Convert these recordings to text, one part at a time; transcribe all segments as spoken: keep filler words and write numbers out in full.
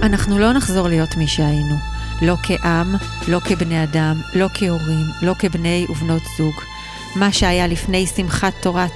אנחנו לא נחזור להיות מי שהיינו. לא כעם, לא כבני אדם, לא כהורים, לא כבני ובנות זוג. מה שהיה לפני שמחת תורה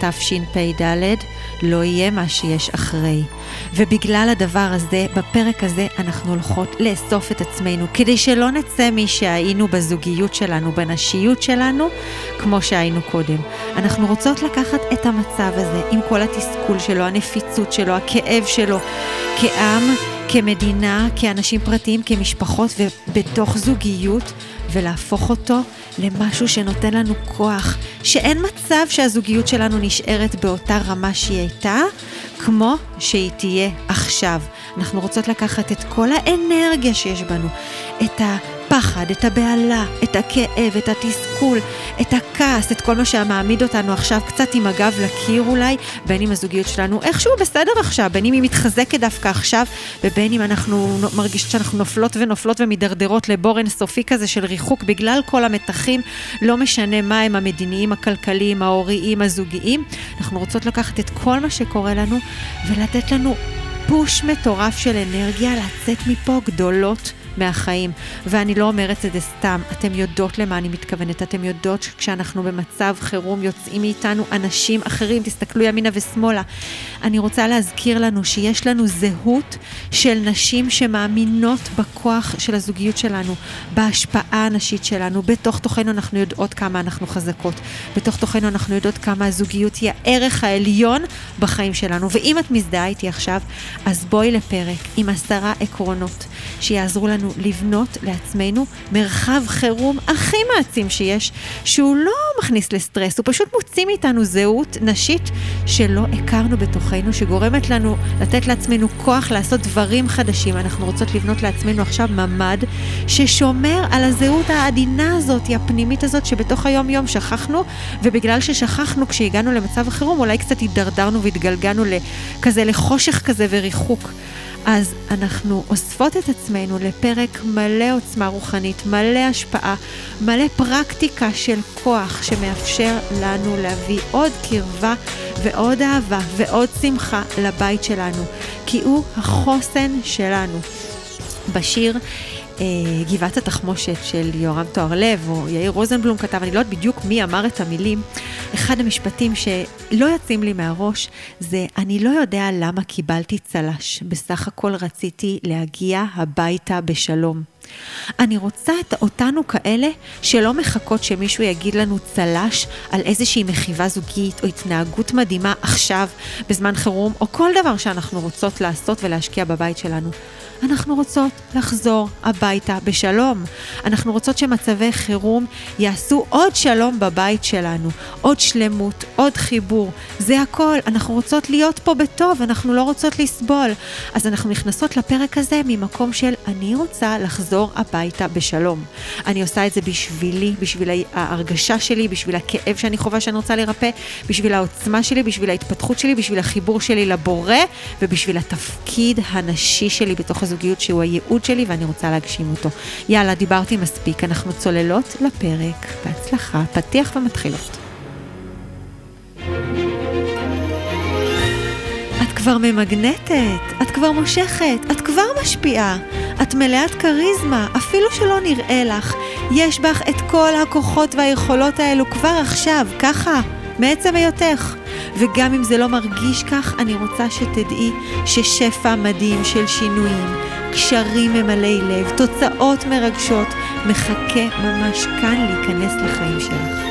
תשפ"ד לא יהיה מה שיש אחרי. ובגלל הדבר הזה, בפרק הזה אנחנו הולכות לאסוף את עצמנו, כדי שלא נצא מי שהיינו בזוגיות שלנו, בנשיות שלנו, כמו שהיינו קודם. אנחנו רוצות לקחת את המצב הזה, עם כל התסכול שלו, הנפיצות שלו, הכאב שלו, כעם, כמדינה, כאנשים פרטיים, כמשפחות ובתוך זוגיות, ולהפוך אותו למשהו שנותן לנו כוח, שאין מצב שהזוגיות שלנו נשארת באותה רמה שהיא הייתה, כמו שהיא תהיה עכשיו. אנחנו רוצות לקחת את כל האנרגיה שיש בנו, את הפחד, את הבעלה, את הכאב, את התסכול, את הכעס, את כל מה שמעמיד אותנו עכשיו קצת עם הגב לקיר אולי, בין אם הזוגיות שלנו איכשהו בסדר עכשיו, בין אם היא מתחזקת דווקא עכשיו, ובין אם אנחנו מרגישות שאנחנו נופלות ונופלות ומדרדרות לבור אינסופי כזה של ריחוק, בגלל כל המתחים, לא משנה מה הם המדיניים, הכלכליים, ההוריים, הזוגיים. אנחנו רוצות לקחת את כל מה שקורה לנו, ולתת לנו פוש מטורף של אנרגיה, לצאת מפה גדולות מהחיים. ואני לא אומרת את זה סתם, אתם יודעות למה אני מתכוונת, אתם יודעות שכשאנחנו במצב חירום יוצאים מאיתנו אנשים אחרים, תסתכלו ימינה ושמאלה. אני רוצה להזכיר לנו שיש לנו זהות של נשים שמאמינות בכוח של הזוגיות שלנו, בהשפעה הנשית שלנו, בתוך תוכנו אנחנו יודעות כמה אנחנו חזקות, בתוך תוכנו אנחנו יודעות כמה הזוגיות היא הערך העליון בחיים שלנו. ואם את מזדהה איתי עכשיו, אז בואי לפרק עם עשרה עקרונות שיעזרו לנו לבנות לעצמנו מרחב חירום הכי מעצים שיש, שהוא לא מכניס לסטרס, הוא פשוט מוציא מאיתנו זהות נשית שלא הכרנו בתוכנו, שגורמת לנו לתת לעצמנו כוח לעשות דברים חדשים. אנחנו רוצות לבנות לעצמנו עכשיו ממד ששומר על הזהות העדינה הזאת, הפנימית הזאת שבתוך היום יום שכחנו, ובגלל ששכחנו כשהגענו למצב החירום, אולי קצת התדרדרנו והתגלגלנו כזה לחושך כזה וריחוק. אז אנחנו אוספות את עצמנו לפרק מלא עוצמה רוחנית, מלא השפעה, מלא פרקטיקה של כוח שמאפשר לנו להביא עוד קרבה ועוד אהבה ועוד שמחה לבית שלנו, כי הוא החוסן שלנו. בשיר גבעת התחמושת של יורם תוארלב או יאיר רוזנבלום כתב, אני לא יודעת בדיוק מי אמר את המילים, אחד המשפטים שלא יוצאים לי מהראש זה, אני לא יודע למה קיבלתי צלש, בסך הכל רציתי להגיע הביתה בשלום. אני רוצה את אותנו כאלה שלא מחכות שמישהו יגיד לנו צלש על איזושהי מחיבה זוגית או התנהגות מדהימה עכשיו בזמן חירום, או כל דבר שאנחנו רוצות לעשות ולהשקיע בבית שלנו. אנחנו רוצות לחזור הביתה בשלום. אנחנו רוצות שמצבי חירום יעשו עוד שלום בבית שלנו, עוד שלמות, עוד חיבור. זה הכל. אנחנו רוצות להיות פה בטוב, אנחנו לא רוצות לסבול. אז אנחנו נכנסות לפרק הזה ממקום של אני רוצה לחזור הביתה בשלום. אני עושה את זה בשבילי, בשביל ההרגשה שלי, בשביל הכאב שאני חווה שאני רוצה לרפא, בשביל העוצמה שלי, בשביל ההתפתחות שלי, בשביל החיבור שלי לבורא, ובשביל התפקיד הנשי שלי בתוך הזוגיות שהוא הייעוד שלי ואני רוצה להגשים אותו. יאללה, דיברתי מספיק, אנחנו צוללות לפרק. בהצלחה, פתיח ומתחילות. את כבר ממגנטת, את כבר מושכת, את כבר משפיעה, את מלאת קריזמה, אפילו שלא נראה לך. יש בך את כל הכוחות והיכולות האלו כבר עכשיו, ככה, מעצם היותך. וגם אם זה לא מרגיש כך, אני רוצה שתדעי ששפע מדהים של שינויים, קשרים ממלאי לב, תוצאות מרגשות, מחכה ממש כאן להיכנס לחיים שלך.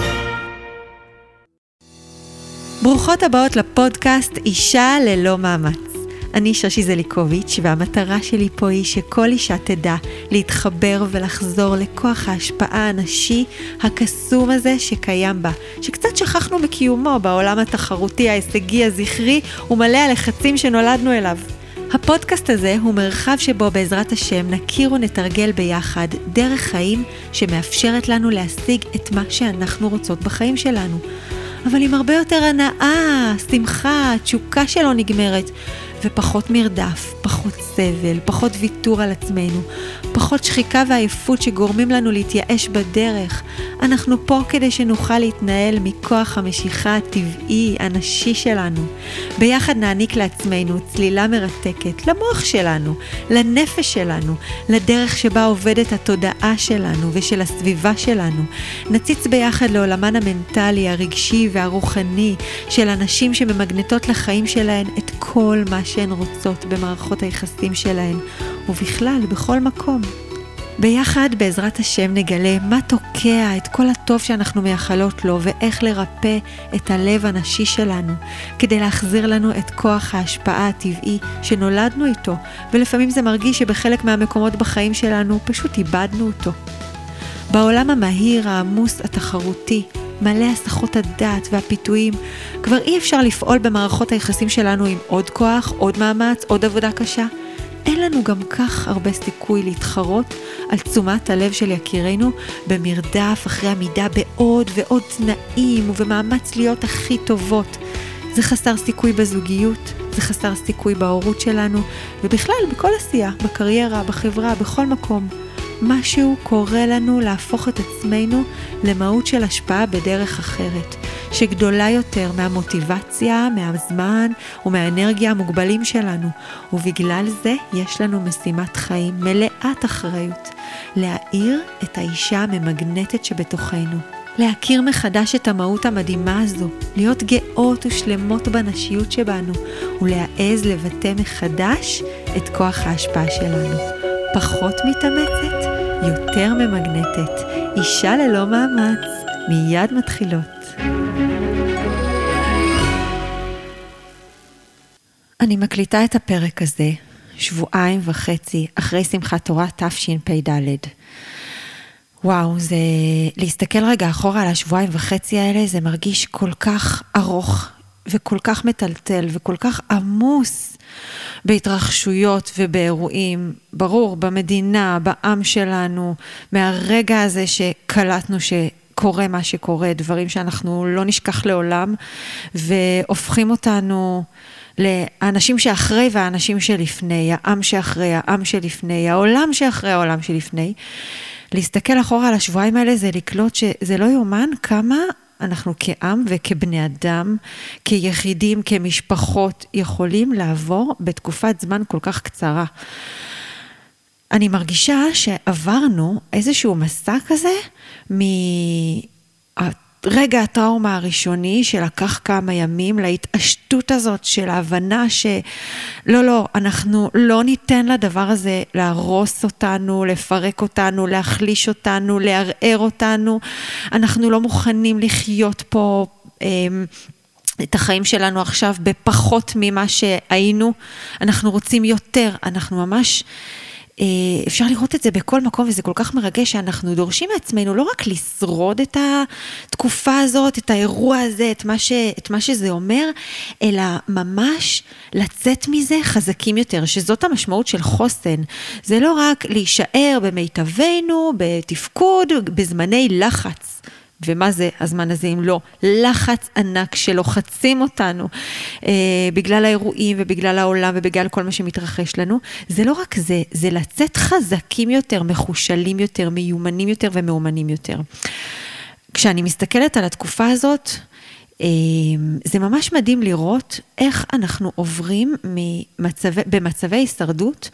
ברוכות הבאות לפודקאסט אישה ללא מאמץ. אני שושי זליקוביץ' והמטרה שלי פה היא שכל אישה תדע להתחבר ולחזור לכוח ההשפעה הנשי הקסום הזה שקיים בה, שקצת שכחנו בקיומו בעולם התחרותי, ההישגי, הזכרי ומלא הלחצים שנולדנו אליו. הפודקאסט הזה הוא מרחב שבו בעזרת השם נכיר ונתרגל ביחד דרך חיים שמאפשרת לנו להשיג את מה שאנחנו רוצות בחיים שלנו. אבל עם הרבה יותר הנאה, שמחה, תשוקה שלא נגמרת, ופחות מרדף, פחות סבל, פחות ויתור על עצמנו, פחות שחיקה ועייפות שגורמים לנו להתייאש בדרך. אנחנו פה כדי שנוכל להתנהל מכוח המשיכה הטבעי, הנשי שלנו. ביחד נעניק לעצמנו צלילה מרתקת, למוח שלנו, לנפש שלנו, לדרך שבה עובדת התודעה שלנו ושל הסביבה שלנו. נציץ ביחד לעולמן המנטלי, הרגשי והרוחני של אנשים שממגנטות לחיים שלהן את כל מה שהן רוצות במערכות היחסים שלהן, ובכלל בכל מקום. ביחד בעזרת השם נגלה מה תוקע את כל הטוב שאנחנו מייחלות לו, ואיך לרפא את הלב הנשי שלנו, כדי להחזיר לנו את כוח ההשפעה הטבעי שנולדנו איתו, ולפעמים זה מרגיש שבחלק מהמקומות בחיים שלנו פשוט איבדנו אותו. בעולם המהיר, העמוס, התחרותי, מלא הסחות הדעת והפיתויים, כבר אי אפשר לפעול במערכות היחסים שלנו עם עוד כוח, עוד מאמץ, עוד עבודה קשה. אין לנו גם כך הרבה סיכוי להתחרות על תשומת הלב של יקירנו במרדף אחרי עמידה בעוד ועוד תנאים ובמאמץ להיות הכי טובות. זה חסר סיכוי בזוגיות, זה חסר סיכוי בהורות שלנו, ובכלל בכל עשייה, בקריירה, בחברה, בכל מקום. משהו קורה לנו להפוך את עצמנו למהות של השפעה בדרך אחרת, שגדולה יותר מהמוטיבציה, מהזמן ומהאנרגיה המוגבלים שלנו, ובגלל זה יש לנו משימת חיים מלאת אחריות, להאיר את האישה הממגנטת שבתוכנו. להכיר מחדש את המהות המדהימה הזו, להיות גאות ושלמות בנשיות שבנו, ולהעז לבטא מחדש את כוח ההשפעה שלנו. פחות מתאמצת, יותר ממגנטת. אישה ללא מאמץ, מיד מתחילות. אני מקליטה את הפרק הזה, שבועיים וחצי אחרי שמחת תורה תשפ"ד. וואו, זה להסתכל רגע אחורה על השבועיים וחצי האלה, זה מרגיש כל כך ארוך וכל כך מטלטל וכל כך עמוס בהתרחשויות ובאירועים, ברור, במדינה, בעם שלנו, מהרגע הזה שקלטנו שקורה מה שקורה, דברים שאנחנו לא נשכח לעולם, והופכים אותנו לאנשים שאחרי והאנשים שלפני, העם שאחרי, העם שלפני, העולם שאחרי, העולם שלפני. להסתכל אחורה על השבועיים האלה זה לקלוט שזה לא יומן כמה אנחנו כעם וכבני אדם, כיחידים, כמשפחות, יכולים לעבור בתקופת זמן כל כך קצרה. אני מרגישה שעברנו איזשהו מסע כזה מרגע הטראומה הראשוני שלקח כמה ימים להתעשתות הזאת של ההבנה שלא, לא, אנחנו לא ניתן לדבר הזה להרוס אותנו, לפרק אותנו, להחליש אותנו, לערער אותנו. אנחנו לא מוכנים לחיות פה את החיים שלנו עכשיו בפחות ממה שהיינו. אנחנו רוצים יותר, אנחנו ממש אפשר לראות את זה בכל מקום, וזה כל כך מרגש שאנחנו דורשים מעצמנו לא רק לשרוד את התקופה הזאת, את האירוע הזה, את מה, ש, את מה שזה אומר, אלא ממש לצאת מזה חזקים יותר, שזאת המשמעות של חוסן. זה לא רק להישאר במיטבנו, בתפקוד, בזמני לחץ. ומה זה הזמן הזה אם לא לחץ ענק שלוחצים אותנו אה, בגלל האירועים ובגלל העולם ובגלל כל מה שמתרחש לנו. זה לא רק זה, זה לצאת חזקים יותר, מחושלים יותר, מיומנים יותר ומאומנים יותר. כשאני מסתכלת על התקופה הזאת, אה, זה ממש מדהים לראות איך אנחנו עוברים ממצבי, במצבי הישרדות,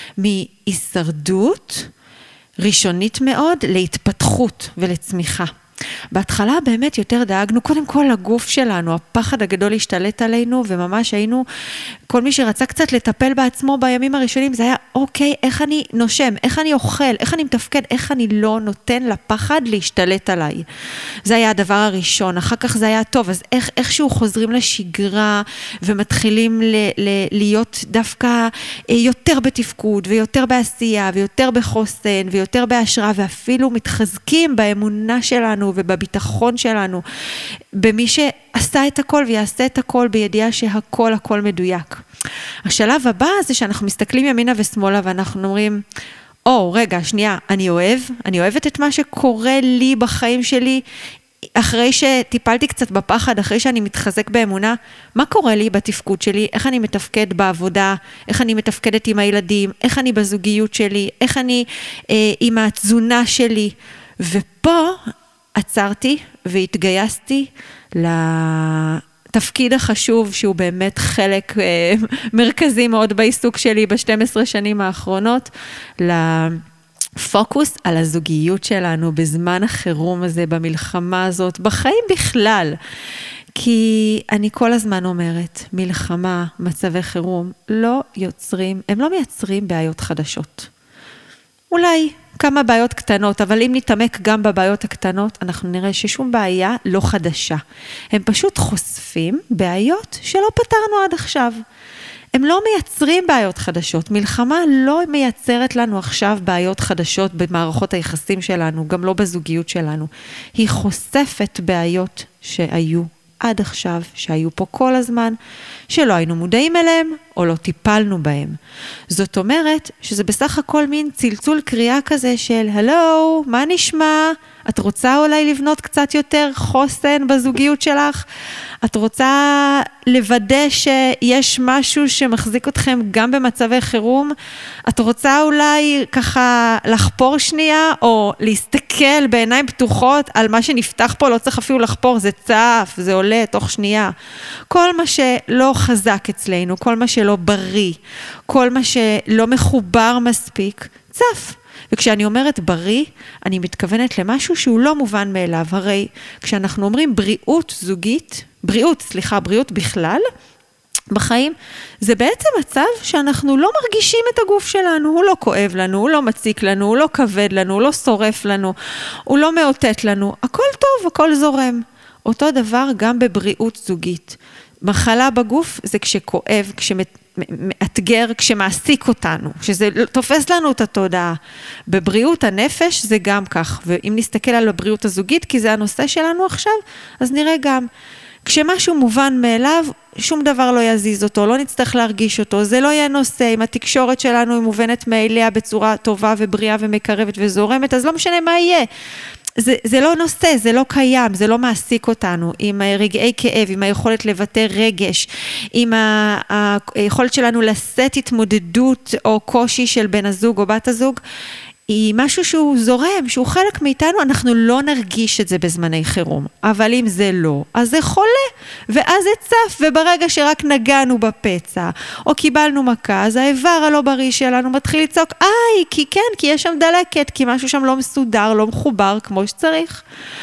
מהישרדות ראשונית מאוד להתפתחות ולצמיחה. בהתחלה באמת יותר דאגנו קודם כל לגוף שלנו, הפחד הגדול להשתלט עלינו, וממש היינו, כל מי שרצה קצת לטפל בעצמו בימים הראשונים, זה היה אוקיי, איך אני נושם, איך אני אוכל, איך אני מתפקד, איך אני לא נותן לפחד להשתלט עליי. זה היה הדבר הראשון, אחר כך זה היה טוב, אז איך, איכשהו חוזרים לשגרה, ומתחילים ל, ל, להיות דווקא יותר בתפקוד, ויותר בעשייה, ויותר בחוסן, ויותר בהשראה, ואפילו מתחזקים באמונה שלנו, ובביטחון שלנו, במי שעשה את הכל ויעשה את הכל בידיעה שהכל הכל מדויק. השלב הבא זה שאנחנו מסתכלים ימינה ושמאלה ואנחנו אומרים, או רגע, שנייה, אני אוהב, אני אוהבת את מה שקורה לי בחיים שלי, אחרי שטיפלתי קצת בפחד, אחרי שאני מתחזק באמונה, מה קורה לי בתפקוד שלי, איך אני מתפקד בעבודה, איך אני מתפקדת עם הילדים, איך אני בזוגיות שלי, איך אני אה, עם התזונה שלי, ופה עצרתי והתגייסתי לתפקיד החשוב, שהוא באמת חלק מרכזי מאוד בעיסוק שלי ב-שתים עשרה שנים האחרונות, לפוקוס על הזוגיות שלנו בזמן החירום הזה, במלחמה הזאת, בחיים בכלל. כי אני כל הזמן אומרת, מלחמה, מצבי חירום, לא יוצרים, הם לא מייצרים בעיות חדשות. אולי כמה בעיות קטנות, אבל אם נתעמק גם בבעיות הקטנות, אנחנו נראה ששום בעיה לא חדשה. הם פשוט חושפים בעיות שלא פתרנו עד עכשיו. הם לא מייצרים בעיות חדשות. מלחמה לא מייצרת לנו עכשיו בעיות חדשות במערכות היחסים שלנו, גם לא בזוגיות שלנו. היא חושפת בעיות שהיו עד עכשיו, שהיו פה כל הזמן, שלא היינו מודעים אליהם, או לא טיפלנו בהם. זאת אומרת, שזה בסך הכל מין צלצול קריאה כזה של, הלו, מה נשמע? את רוצה אולי לבנות קצת יותר חוסן בזוגיות שלך? את רוצה לוודא שיש משהו שמחזיק אתכם גם במצבי חירום? את רוצה אולי ככה לחפור שנייה, או להסתכל בעיניים פתוחות על מה שנפתח פה, לא צריך אפילו לחפור, זה צף, זה עולה תוך שנייה. כל מה שלא חזק אצלנו, כל מה שלא בריא, כל מה שלא מחובר מספיק, צף. וכשאני אומרת בריא, אני מתכוונת למשהו שהוא לא מובן מאליו. הרי כשאנחנו אומרים בריאות זוגית, בריאות, סליחה, בריאות בכלל, בחיים, זה בעצם מצב שאנחנו לא מרגישים את הגוף שלנו, הוא לא כואב לנו, הוא לא מציק לנו, הוא לא כבד לנו, הוא לא שורף לנו, הוא לא מאותת לנו, הכל טוב, הכל זורם. אותו דבר גם בבריאות זוגית. מחלה בגוף זה כשכואב, כשמאתגר, כשמעסיק אותנו, כשזה תופס לנו את התודעה. בבריאות הנפש זה גם כך, ואם נסתכל על הבריאות הזוגית, כי זה הנושא שלנו עכשיו, אז נראה גם, כשמשהו מובן מאליו, שום דבר לא יזיז אותו, לא נצטרך להרגיש אותו, זה לא יהיה נושא, אם התקשורת שלנו היא מובנת מאליה בצורה טובה ובריאה ומקרבת וזורמת, אז לא משנה מה יהיה. זה, זה לא נושא, זה לא קיים, זה לא מעסיק אותנו, עם רגעי כאב, עם היכולת לבטא רגש, עם ה, ה, היכולת שלנו לשאת התמודדות או קושי של בן הזוג או בת הזוג, היא משהו שהוא זורם, שהוא חלק מאיתנו, אנחנו לא נרגיש את זה בזמני חירום. אבל אם זה לא, אז זה חולה, ואז זה צף, וברגע שרק נגענו בפצע, או קיבלנו מכה, אז האיבר הלא בריא שלנו מתחיל לצעוק, איי, כי כן, כי יש שם דלקת, כי משהו שם לא מסודר, לא מחובר כמו שצריך.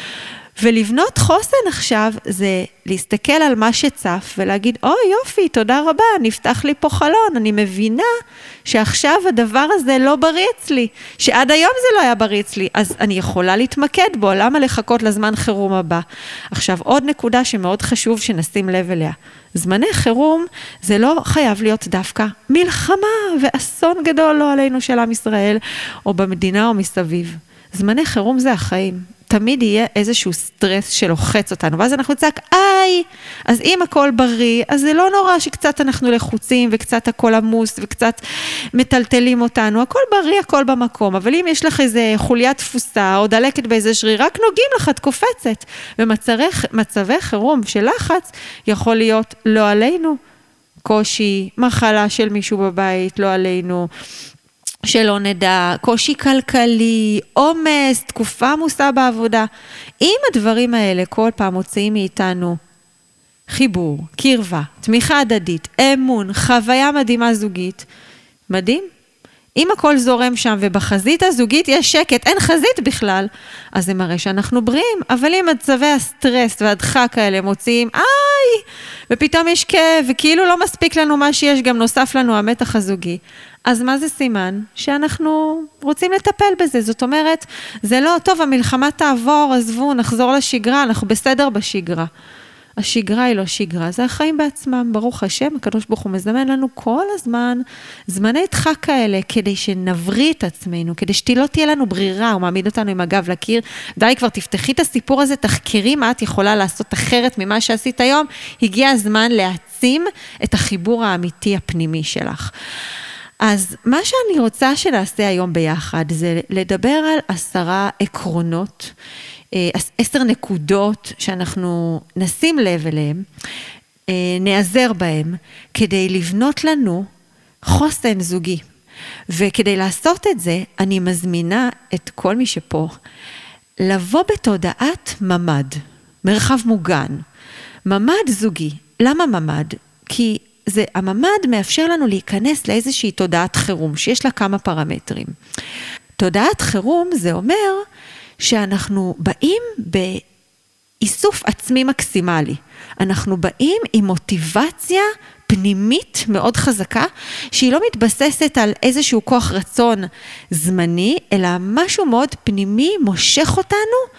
ולבנות חוסן עכשיו זה להסתכל על מה שצף ולהגיד, אוי יופי, תודה רבה, נפתח לי פה חלון, אני מבינה שעכשיו הדבר הזה לא בריא אצלי, שעד היום זה לא היה בריא אצלי, אז אני יכולה להתמקד בו, למה לחכות לזמן חירום הבא? עכשיו עוד נקודה שמאוד חשוב שנשים לב אליה, זמני חירום זה לא חייב להיות דווקא מלחמה ואסון גדול לא עלינו של עם ישראל, או במדינה או מסביב. זמני חירום זה החיים. תמיד יהיה איזשהו סטרס שלוחץ אותנו, ואז אנחנו נצעק, איי, אז אם הכל בריא, אז זה לא נורא שקצת אנחנו לחוצים, וקצת הכל עמוס, וקצת מטלטלים אותנו, הכל בריא, הכל במקום, אבל אם יש לך איזה חוליית תפוסה, או דלקת באיזה שריר, רק נוגעים לך, את קופצת, ומצבי חירום של לחץ, יכול להיות לא עלינו, קושי, מחלה של מישהו בבית, לא עלינו, שלא נדע, קושי כלכלי, עומס, תקופה עמוסה בעבודה. אם הדברים האלה כל פעם מוצאים מאיתנו חיבור, קרבה, תמיכה הדדית, אמון, חוויה מדהימה זוגית, מדהים. אם הכל זורם שם ובחזית הזוגית יש שקט, אין חזית בכלל, אז זה מראה שאנחנו בריאים. אבל אם מצבי הסטרס והדחק האלה מוציאים, איי, ופתאום יש כאב, וכאילו לא מספיק לנו מה שיש, גם נוסף לנו המתח הזוגי. אז מה זה סימן? שאנחנו רוצים לטפל בזה. זאת אומרת, זה לא טוב, המלחמה תעבור, עזבו, נחזור לשגרה, אנחנו בסדר בשגרה. השגרה היא לא שגרה, זה החיים בעצמם, ברוך השם, הקדוש ברוך הוא מזמן לנו כל הזמן, זמני דחק כאלה, כדי שנבריא את עצמנו, כדי שלא תהיה לנו ברירה, הוא מעמיד אותנו עם הגב לקיר, די כבר תפתחי את הסיפור הזה, תחקרי מה את יכולה לעשות אחרת ממה שעשית היום, הגיע הזמן להעצים את החיבור האמיתי הפנימי שלך. אז מה שאני רוצה שנעשה היום ביחד, זה לדבר על עשרה עקרונות, עשר נקודות שאנחנו נשים לב אליהם, נעזר בהם, כדי לבנות לנו חוסן זוגי. וכדי לעשות את זה, אני מזמינה את כל מי שפה, לבוא בתודעת ממד, מרחב מוגן, ממד זוגי. למה ממד? כי זה, הממד מאפשר לנו להיכנס לאיזושהי תודעת חירום, שיש לה כמה פרמטרים. תודעת חירום זה אומר שאנחנו באים באיסוף עצמי מקסימלי. אנחנו באים עם מוטיבציה פנימית מאוד חזקה, שהיא לא מתבססת על איזשהו כוח רצון זמני, אלא משהו מאוד פנימי מושך אותנו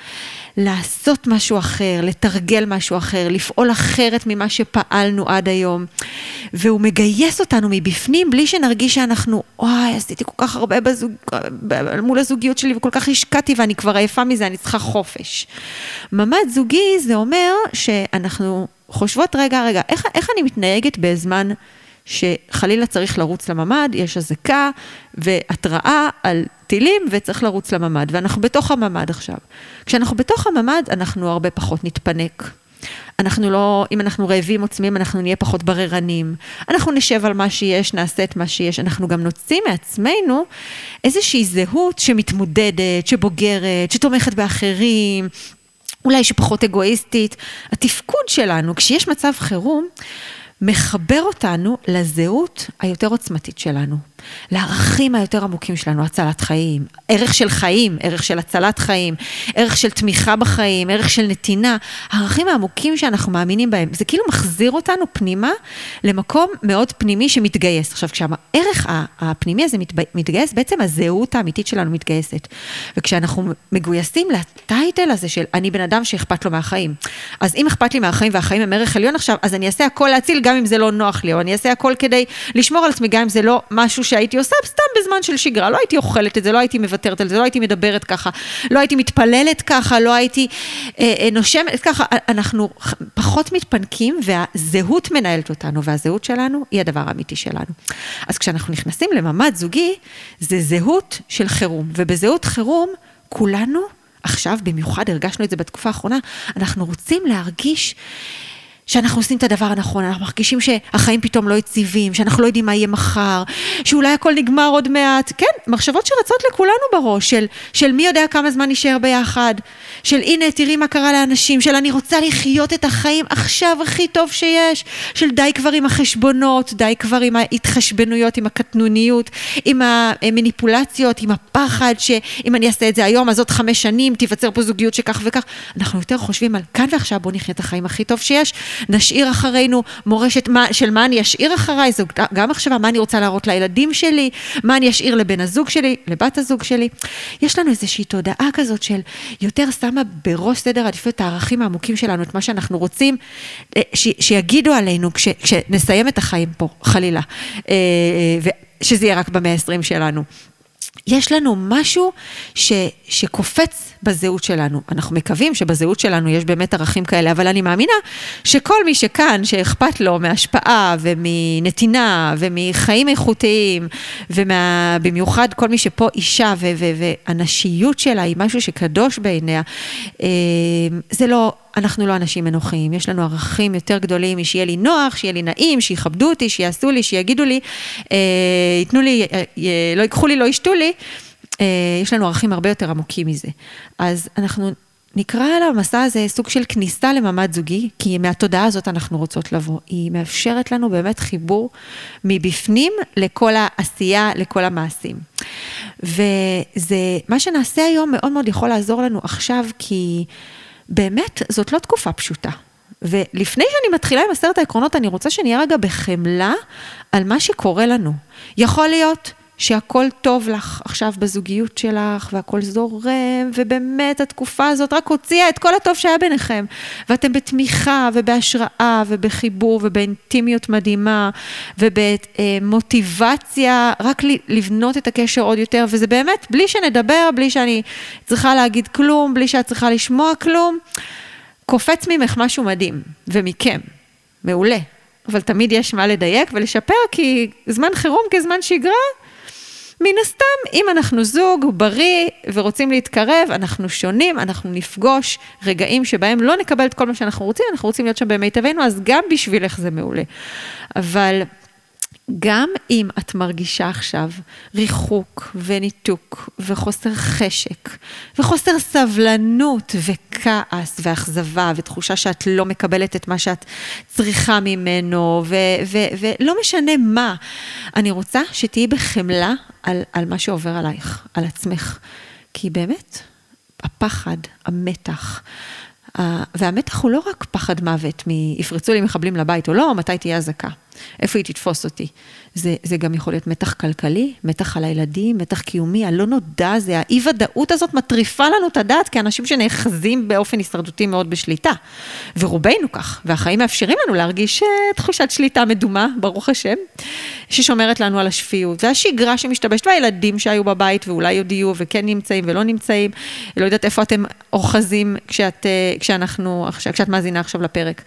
לעשות משהו אחר, לתרגל משהו אחר, לפעול אחרת ממה שפעלנו עד היום. והוא מגייס אותנו מבפנים, בלי שנרגיש שאנחנו, וואי, עשיתי כל כך הרבה בזוג, מול הזוגיות שלי, וכל כך השקעתי, ואני כבר עייפה מזה, אני צריכה חופש. ממד זוגי זה אומר שאנחנו חושבות, רגע, רגע, איך, איך אני מתנהגת בזמן שחלילה צריך לרוץ לממד, יש הזקה והתראה על טילים וצריך לרוץ לממד, ואנחנו בתוך הממד עכשיו. כשאנחנו בתוך הממד, אנחנו הרבה פחות נתפנק. אנחנו לא, אם אנחנו רעבים עוצמים, אנחנו נהיה פחות בררנים. אנחנו נשב על מה שיש, נעשה את מה שיש. אנחנו גם נוציא מעצמנו איזושהי זהות שמתמודדת, שבוגרת, שתומכת באחרים, אולי שפחות אגואיסטית. התפקוד שלנו, כשיש מצב חירום, מחבר אותנו לזהות היותר עוצמתית שלנו, לערכים היותר עמוקים שלנו, הצלת חיים, ערך של חיים, ערך של הצלת חיים, ערך של תמיכה בחיים, ערך של נתינה, הערכים העמוקים שאנחנו מאמינים בהם, זה כאילו מחזיר אותנו פנימה למקום מאוד פנימי שמתגייס. עכשיו, כשהערך הפנימי הזה מתגייס, בעצם הזהות האמיתית שלנו מתגייסת, וכשאנחנו מגויסים לטייטל הזה של אני בן אדם שאכפת לו מהחיים, אז אם אכפת לי מהחיים והחיים הם ערך עליון עכשיו, אז אני אעשה הכל להציל גם אם זה לא נוח לי, או אני אעשה הכל כדי לשמור על עצמי, גם אם זה לא משהו שהייתי עושה סתם בזמן של שגרה, לא הייתי אוכלת את זה, לא הייתי מוותרת על זה, לא הייתי מדברת ככה, לא הייתי מתפללת ככה, לא הייתי אה, אה, נושמת ככה, אנחנו פחות מתפנקים, והזהות מנהלת אותנו, והזהות שלנו היא הדבר האמיתי שלנו. אז כשאנחנו נכנסים לממד זוגי, זה זהות של חירום, ובזהות חירום, כולנו, עכשיו במיוחד הרגשנו את זה בתקופה האחרונה, אנחנו רוצים להרגיש שאנחנו עושים את הדבר הנכון, אנחנו מרגישים שהחיים פתאום לא יציבים, שאנחנו לא יודעים מה יהיה מחר, שאולי הכל נגמר עוד מעט, כן, מחשבות שרצות לכולנו בראש, של, של מי יודע כמה זמן נשאר ביחד, של הנה תראי מה קרה לאנשים, של אני רוצה לחיות את החיים עכשיו הכי טוב שיש, של די כבר עם החשבונות, די כבר עם ההתחשבנויות, עם הקטנוניות, עם המניפולציות, עם הפחד, שאם אני אעשה את זה היום, אז עוד חמש שנים תיווצר פה זוגיות שכך וכך, אנחנו יותר חושבים על כאן ועכשיו, בוא נחיה את החיים הכי טוב שיש, נשאיר אחרינו מורשת מה, של מה אני אשאיר אחריי, זו גם מחשבה, מה אני רוצה להראות לילדים שלי, מה אני אשאיר לבן הזוג שלי, לבת הזוג שלי. יש לנו איזושהי תודעה כזאת של יותר שמה בראש סדר עדיפויות הערכים העמוקים שלנו, את מה שאנחנו רוצים, ש, שיגידו עלינו כש, כשנסיים את החיים פה, חלילה, ושזה יהיה רק במאה העשרים שלנו. יש לנו משהו ש, שקופץ בזהות שלנו. אנחנו מקווים שבזהות שלנו יש באמת ערכים כאלה, אבל אני מאמינה שכל מי שכאן, שאכפת לו מהשפעה ומנתינה ומחיים איכותיים, ובמיוחד כל מי שפה אישה ו- ו- והנשיות שלה היא משהו שקדוש בעיניה, זה לא, אנחנו לא אנשים מנוחים, יש לנו ערכים יותר גדולים, שיהיה לי נוח, שיהיה לי נעים, שיכבדו אותי, שיעשו לי, שיגידו לי, ייתנו לי, לא ייקחו לי, לא ישתו לי, יש לנו ערכים הרבה יותר עמוקים מזה. אז אנחנו נקרא על המסע הזה סוג של כניסה לממד זוגי, כי מהתודעה הזאת אנחנו רוצות לבוא. היא מאפשרת לנו באמת חיבור מבפנים לכל העשייה, לכל המעשים. וזה, מה שנעשה היום מאוד מאוד יכול לעזור לנו עכשיו, כי באמת זאת לא תקופה פשוטה. ולפני שאני מתחילה עם עשרת העקרונות, אני רוצה שנהיה רגע בחמלה על מה שקורה לנו. יכול להיות שהכל טוב לך עכשיו בזוגיות שלך, והכל זורם, ובאמת התקופה הזאת רק הוציאה את כל הטוב שהיה ביניכם, ואתם בתמיכה, ובהשראה, ובחיבור, ובאינטימיות מדהימה, ובמוטיבציה, רק לבנות את הקשר עוד יותר, וזה באמת, בלי שנדבר, בלי שאני צריכה להגיד כלום, בלי שאת צריכה לשמוע כלום, קופץ ממך משהו מדהים, ומכם, מעולה, אבל תמיד יש מה לדייק ולשפר, כי זמן חירום כזמן שגרה, מן הסתם, אם אנחנו זוג בריא ורוצים להתקרב, אנחנו שונים, אנחנו נפגוש רגעים שבהם לא נקבל את כל מה שאנחנו רוצים, אנחנו רוצים להיות שם במיטבנו, אז גם בשבילך זה מעולה. אבל גם אם את מרגישה עכשיו ריחוק וניתוק וחוסר חשק וחוסר סבלנות וכעס ואכזבה ותחושה שאת לא מקבלת את מה שאת צריכה ממנו ו- ו- ולא משנה מה, אני רוצה שתהיי בחמלה על, על מה שעובר עלייך, על עצמך, כי באמת הפחד, המתח, והמתח הוא לא רק פחד מוות, יפרצו לי מחבלים לבית או לא, מתי תהיה הזקה, איפה היא תתפוס אותי. זה, זה גם יכול להיות מתח כלכלי, מתח על הילדים, מתח קיומי, הלא נודע, זה האי ודאות הזאת מטריפה לנו את הדעת, כאנשים שנאחזים באופן הישרדותי מאוד בשליטה, ורובנו כך, והחיים מאפשרים לנו להרגיש תחושת שליטה מדומה, ברוך השם, ששומרת לנו על השפיות, והשגרה שמשתבשת, והילדים שהיו בבית, ואולי עוד יהיו, וכן נמצאים ולא נמצאים, לא יודעת איפה אתם אוחזים כשאת, כשאנחנו, כשאת מאזינה עכשיו לפרק.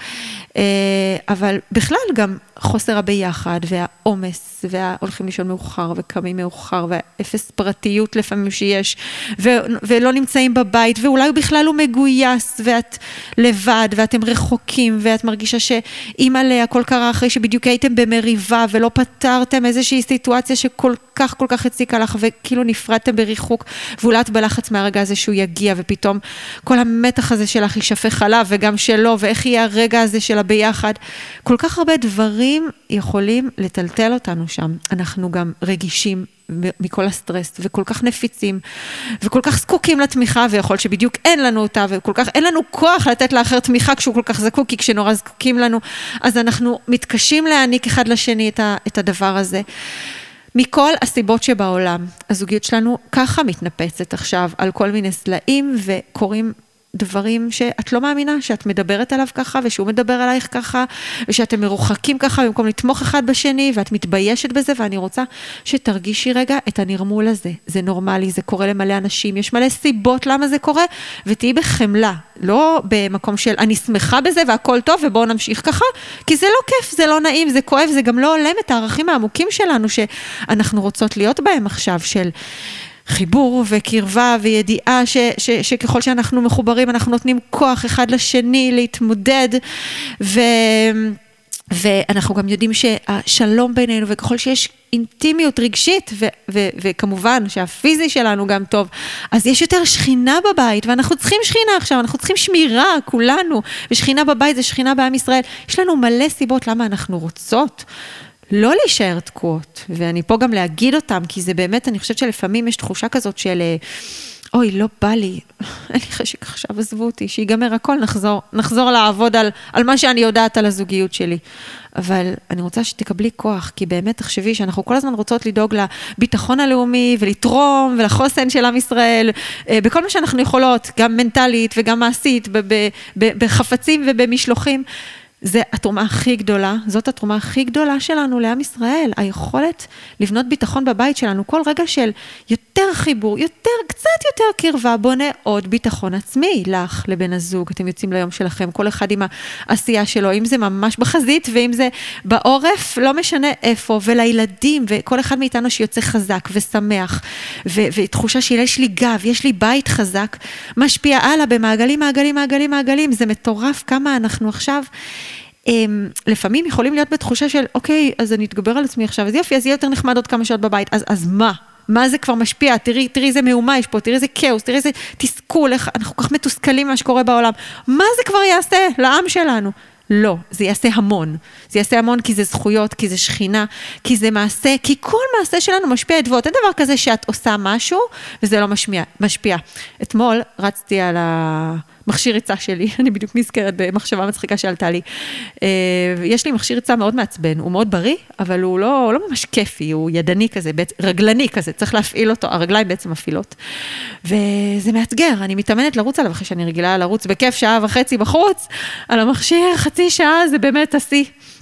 אבל בכלל גם חוסר הביחד והעומס וההולכים לישון מאוחר וקמים מאוחר והאפס פרטיות לפעמים שיש ו- ולא נמצאים בבית ואולי בכלל הוא מגויס ואת לבד ואתם רחוקים ואת מרגישה שאמא לה הכל קרה אחרי שבדיוק הייתם במריבה ולא פתרתם איזושהי סיטואציה שכל כך כל כך הציקה לך וכאילו נפרדתם בריחוק ואולי את בלחץ מהרגע הזה שהוא יגיע ופתאום כל המתח הזה שלך יישפך עליו וגם שלו ואיך יהיה הרגע הזה של הביחד. כל כך הרבה דברים יכולים לטלטל אותנו שם. אנחנו גם רגישים מכל הסטרס וכל כך נפיצים וכל כך זקוקים לתמיכה ויכול שבדיוק אין לנו אותה וכל כך אין לנו כוח לתת לאחר תמיכה כשהוא כל כך זקוק כי כשנורא זקוקים לנו אז אנחנו מתקשים להעניק אחד לשני את, ה, את הדבר הזה. מכל הסיבות שבעולם, הזוגיות שלנו ככה מתנפצת עכשיו על כל מיני סלעים וקוראים דברים שאת לא מאמינה, שאת מדברת עליו ככה ושהוא מדבר עלייך ככה ושאתם מרוחקים ככה במקום לתמוך אחד בשני ואת מתביישת בזה ואני רוצה שתרגישי רגע את הנרמול הזה. זה נורמלי, זה קורה למלא אנשים, יש מלא סיבות למה זה קורה ותהי בחמלה, לא במקום של אני שמחה בזה והכל טוב ובואו נמשיך ככה, כי זה לא כיף, זה לא נעים, זה כואב, זה גם לא עולם את הערכים העמוקים שלנו שאנחנו רוצות להיות בהם עכשיו של חיבור וקרבה וידיעה ש, ש, שככל שאנחנו מחוברים אנחנו נותנים כוח אחד לשני להתמודד ו, ואנחנו גם יודעים שהשלום בינינו וככל שיש אינטימיות רגשית ו, ו, וכמובן שהפיזי שלנו גם טוב אז יש יותר שכינה בבית ואנחנו צריכים שכינה עכשיו, אנחנו צריכים שמירה כולנו ושכינה בבית זה שכינה בעם ישראל. יש לנו מלא סיבות למה אנחנו רוצות לא להישאר תקועות, ואני פה גם להגיד אותם, כי זה באמת, אני חושבת שלפעמים יש תחושה כזאת של, אוי, לא בא לי, אין לי חשק עכשיו, עזבו אותי, שיגמר הכל, נחזור, נחזור לעבוד על, על מה שאני יודעת על הזוגיות שלי. אבל אני רוצה שתקבלי כוח, כי באמת תחשבי שאנחנו כל הזמן רוצות לדאוג לביטחון הלאומי, ולתרום, ולחוסן של עם ישראל, בכל מה שאנחנו יכולות, גם מנטלית וגם מעשית, בחפצים ובמשלוחים, זה התרומה הכי גדולה, זאת התרומה הכי גדולה שלנו לעם ישראל, היכולת לבנות ביטחון בבית שלנו, כל רגע של יותר חיבור, יותר, קצת יותר קרבה, בונה עוד ביטחון עצמי לך, לבן הזוג, אתם יוצאים ליום שלכם, כל אחד עם העשייה שלו, אם זה ממש בחזית, ואם זה בעורף, לא משנה איפה, ולילדים, וכל אחד מאיתנו שיוצא חזק ושמח, ו- ותחושה שיש לי גב, יש לי בית חזק, משפיע הלאה במעגלים, מעגלים, מעגלים, מעגלים, זה מטורף כמה אנחנו עכשיו, לפעמים יכולים להיות בתחושה של, אוקיי, אז אני אתגבר על עצמי עכשיו, אז יופי, אז יהיה יותר נחמד עוד כמה שעות בבית, אז, אז מה? מה זה כבר משפיע? תראי, תראי איזה מהומה יש פה, תראי איזה כאוס, תראי איזה תסכול, אנחנו כל כך מתוסכלים מה שקורה בעולם. מה זה כבר יעשה לעם שלנו? לא, זה יעשה המון. זה יעשה המון כי זה זכויות, כי זה שכינה, כי זה מעשה, כי כל מעשה שלנו משפיע אדוות. אין דבר כזה שאת עושה משהו, וזה לא משפיע. משפיע. אתמול רצתי על המכשיר ריצה שלי, אני בדיוק נזכרת במחשבה מצחיקה שעלתה לי. יש לי מכשיר ריצה מאוד מעצבן, הוא מאוד בריא, אבל הוא לא, הוא לא ממש כיפי, הוא ידני כזה, רגלני כזה, צריך להפעיל אותו, הרגליים בעצם מפעילות. וזה מאתגר, אני מתאמנת לרוץ עליו, אחרי שאני רגילה לרוץ בכיף שעה וחצי בחוץ, על המכשיר, חצי שעה, זה באמת עשי.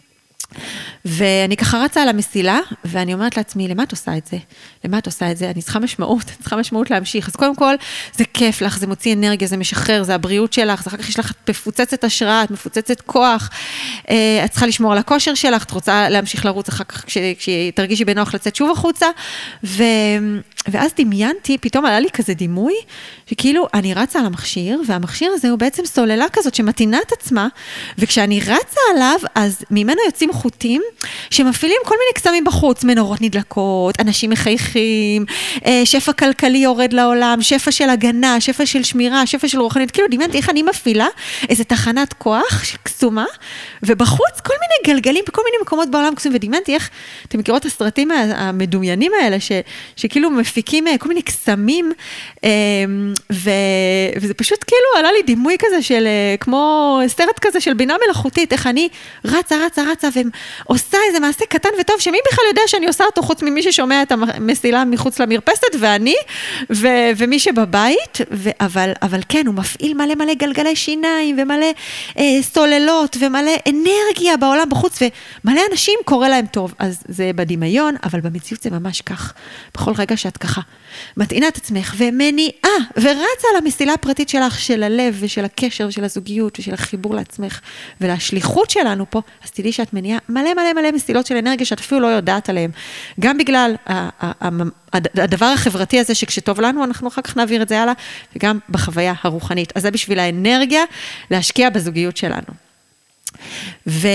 ואני ככה רצה על המסילה, ואני אומרת לעצמי, למה את עושה את זה? למה את עושה את זה? אני צריכה משמעות, אני צריכה משמעות להמשיך. אז קודם כל, זה כיף לך, זה מוציא אנרגיה, זה משחרר, זה הבריאות שלך, זה אחר כך יש לך, את מפוצצת השראה, את מפוצצת כוח, את צריכה לשמור על הכושר שלך, את רוצה להמשיך לרוץ אחר כך, כשתרגישי בנוח לצאת שוב החוצה, ו... ואז דמיינתי, פתאום עלה לי כזה דימוי, שכאילו אני רצה על המכשיר, והמכשיר הזה הוא בעצם סוללה כזאת שמתאינה את עצמה, וכשאני רצה עליו, אז ממנו יוצאים חוטים, שמפעילים כל מיני קסמים בחוץ, מנורות נדלקות, אנשים מחייכים, שפע כלכלי יורד לעולם, שפע של הגנה, שפע של שמירה, שפע של רוחנית, כאילו דמיינתי איך אני מפעילה איזו תחנת כוח קסומה, ובחוץ כל מיני גלגלים, בכל מיני מקומות בעולם קסומים, ודמיינתי איך, אתם מכירות את הסרטים המדומיינים האלה, ש, שכאילו מפיקים כל מיני קסמים, ו, וזה פשוט כאילו עלה לי דימוי כזה של, כמו סרט כזה של בינה מלאכותית, איך אני רצה, רצה, רצה, ועושה איזה מעשה קטן וטוב, שמי בכלל יודע שאני עושה אותו חוץ ממי ששומע את המסילה מחוץ למרפסת, ואני, ו, ומי שבבית, ו, אבל, אבל כן, הוא מפעיל מלא מלא גלגלי שיניים, ומלא אה, סוללות, ומלא אנרגיה בעולם בחוץ, ומלא אנשים קורא להם טוב, אז זה בדמיון, אבל במציאות זה ממש כך, בכל רגע שאת ככה, מתאינה את עצמך, ומניעה, ורצה על המסילה הפרטית שלך, של הלב, ושל הקשר, ושל הזוגיות, ושל החיבור לעצמך, ולשליחות שלנו פה, אז תדעי שאת מניעה מלא מלא מלא מסילות של אנרגיה, שאת אפילו לא יודעת עליהם, גם בגלל הדבר החברתי הזה, שכשטוב לנו, אנחנו אחר כך נעביר את זה הלאה, וגם בחוויה הרוחנית, אז זה בשביל האנרגיה, להשקיע בזוגיות שלנו. ו...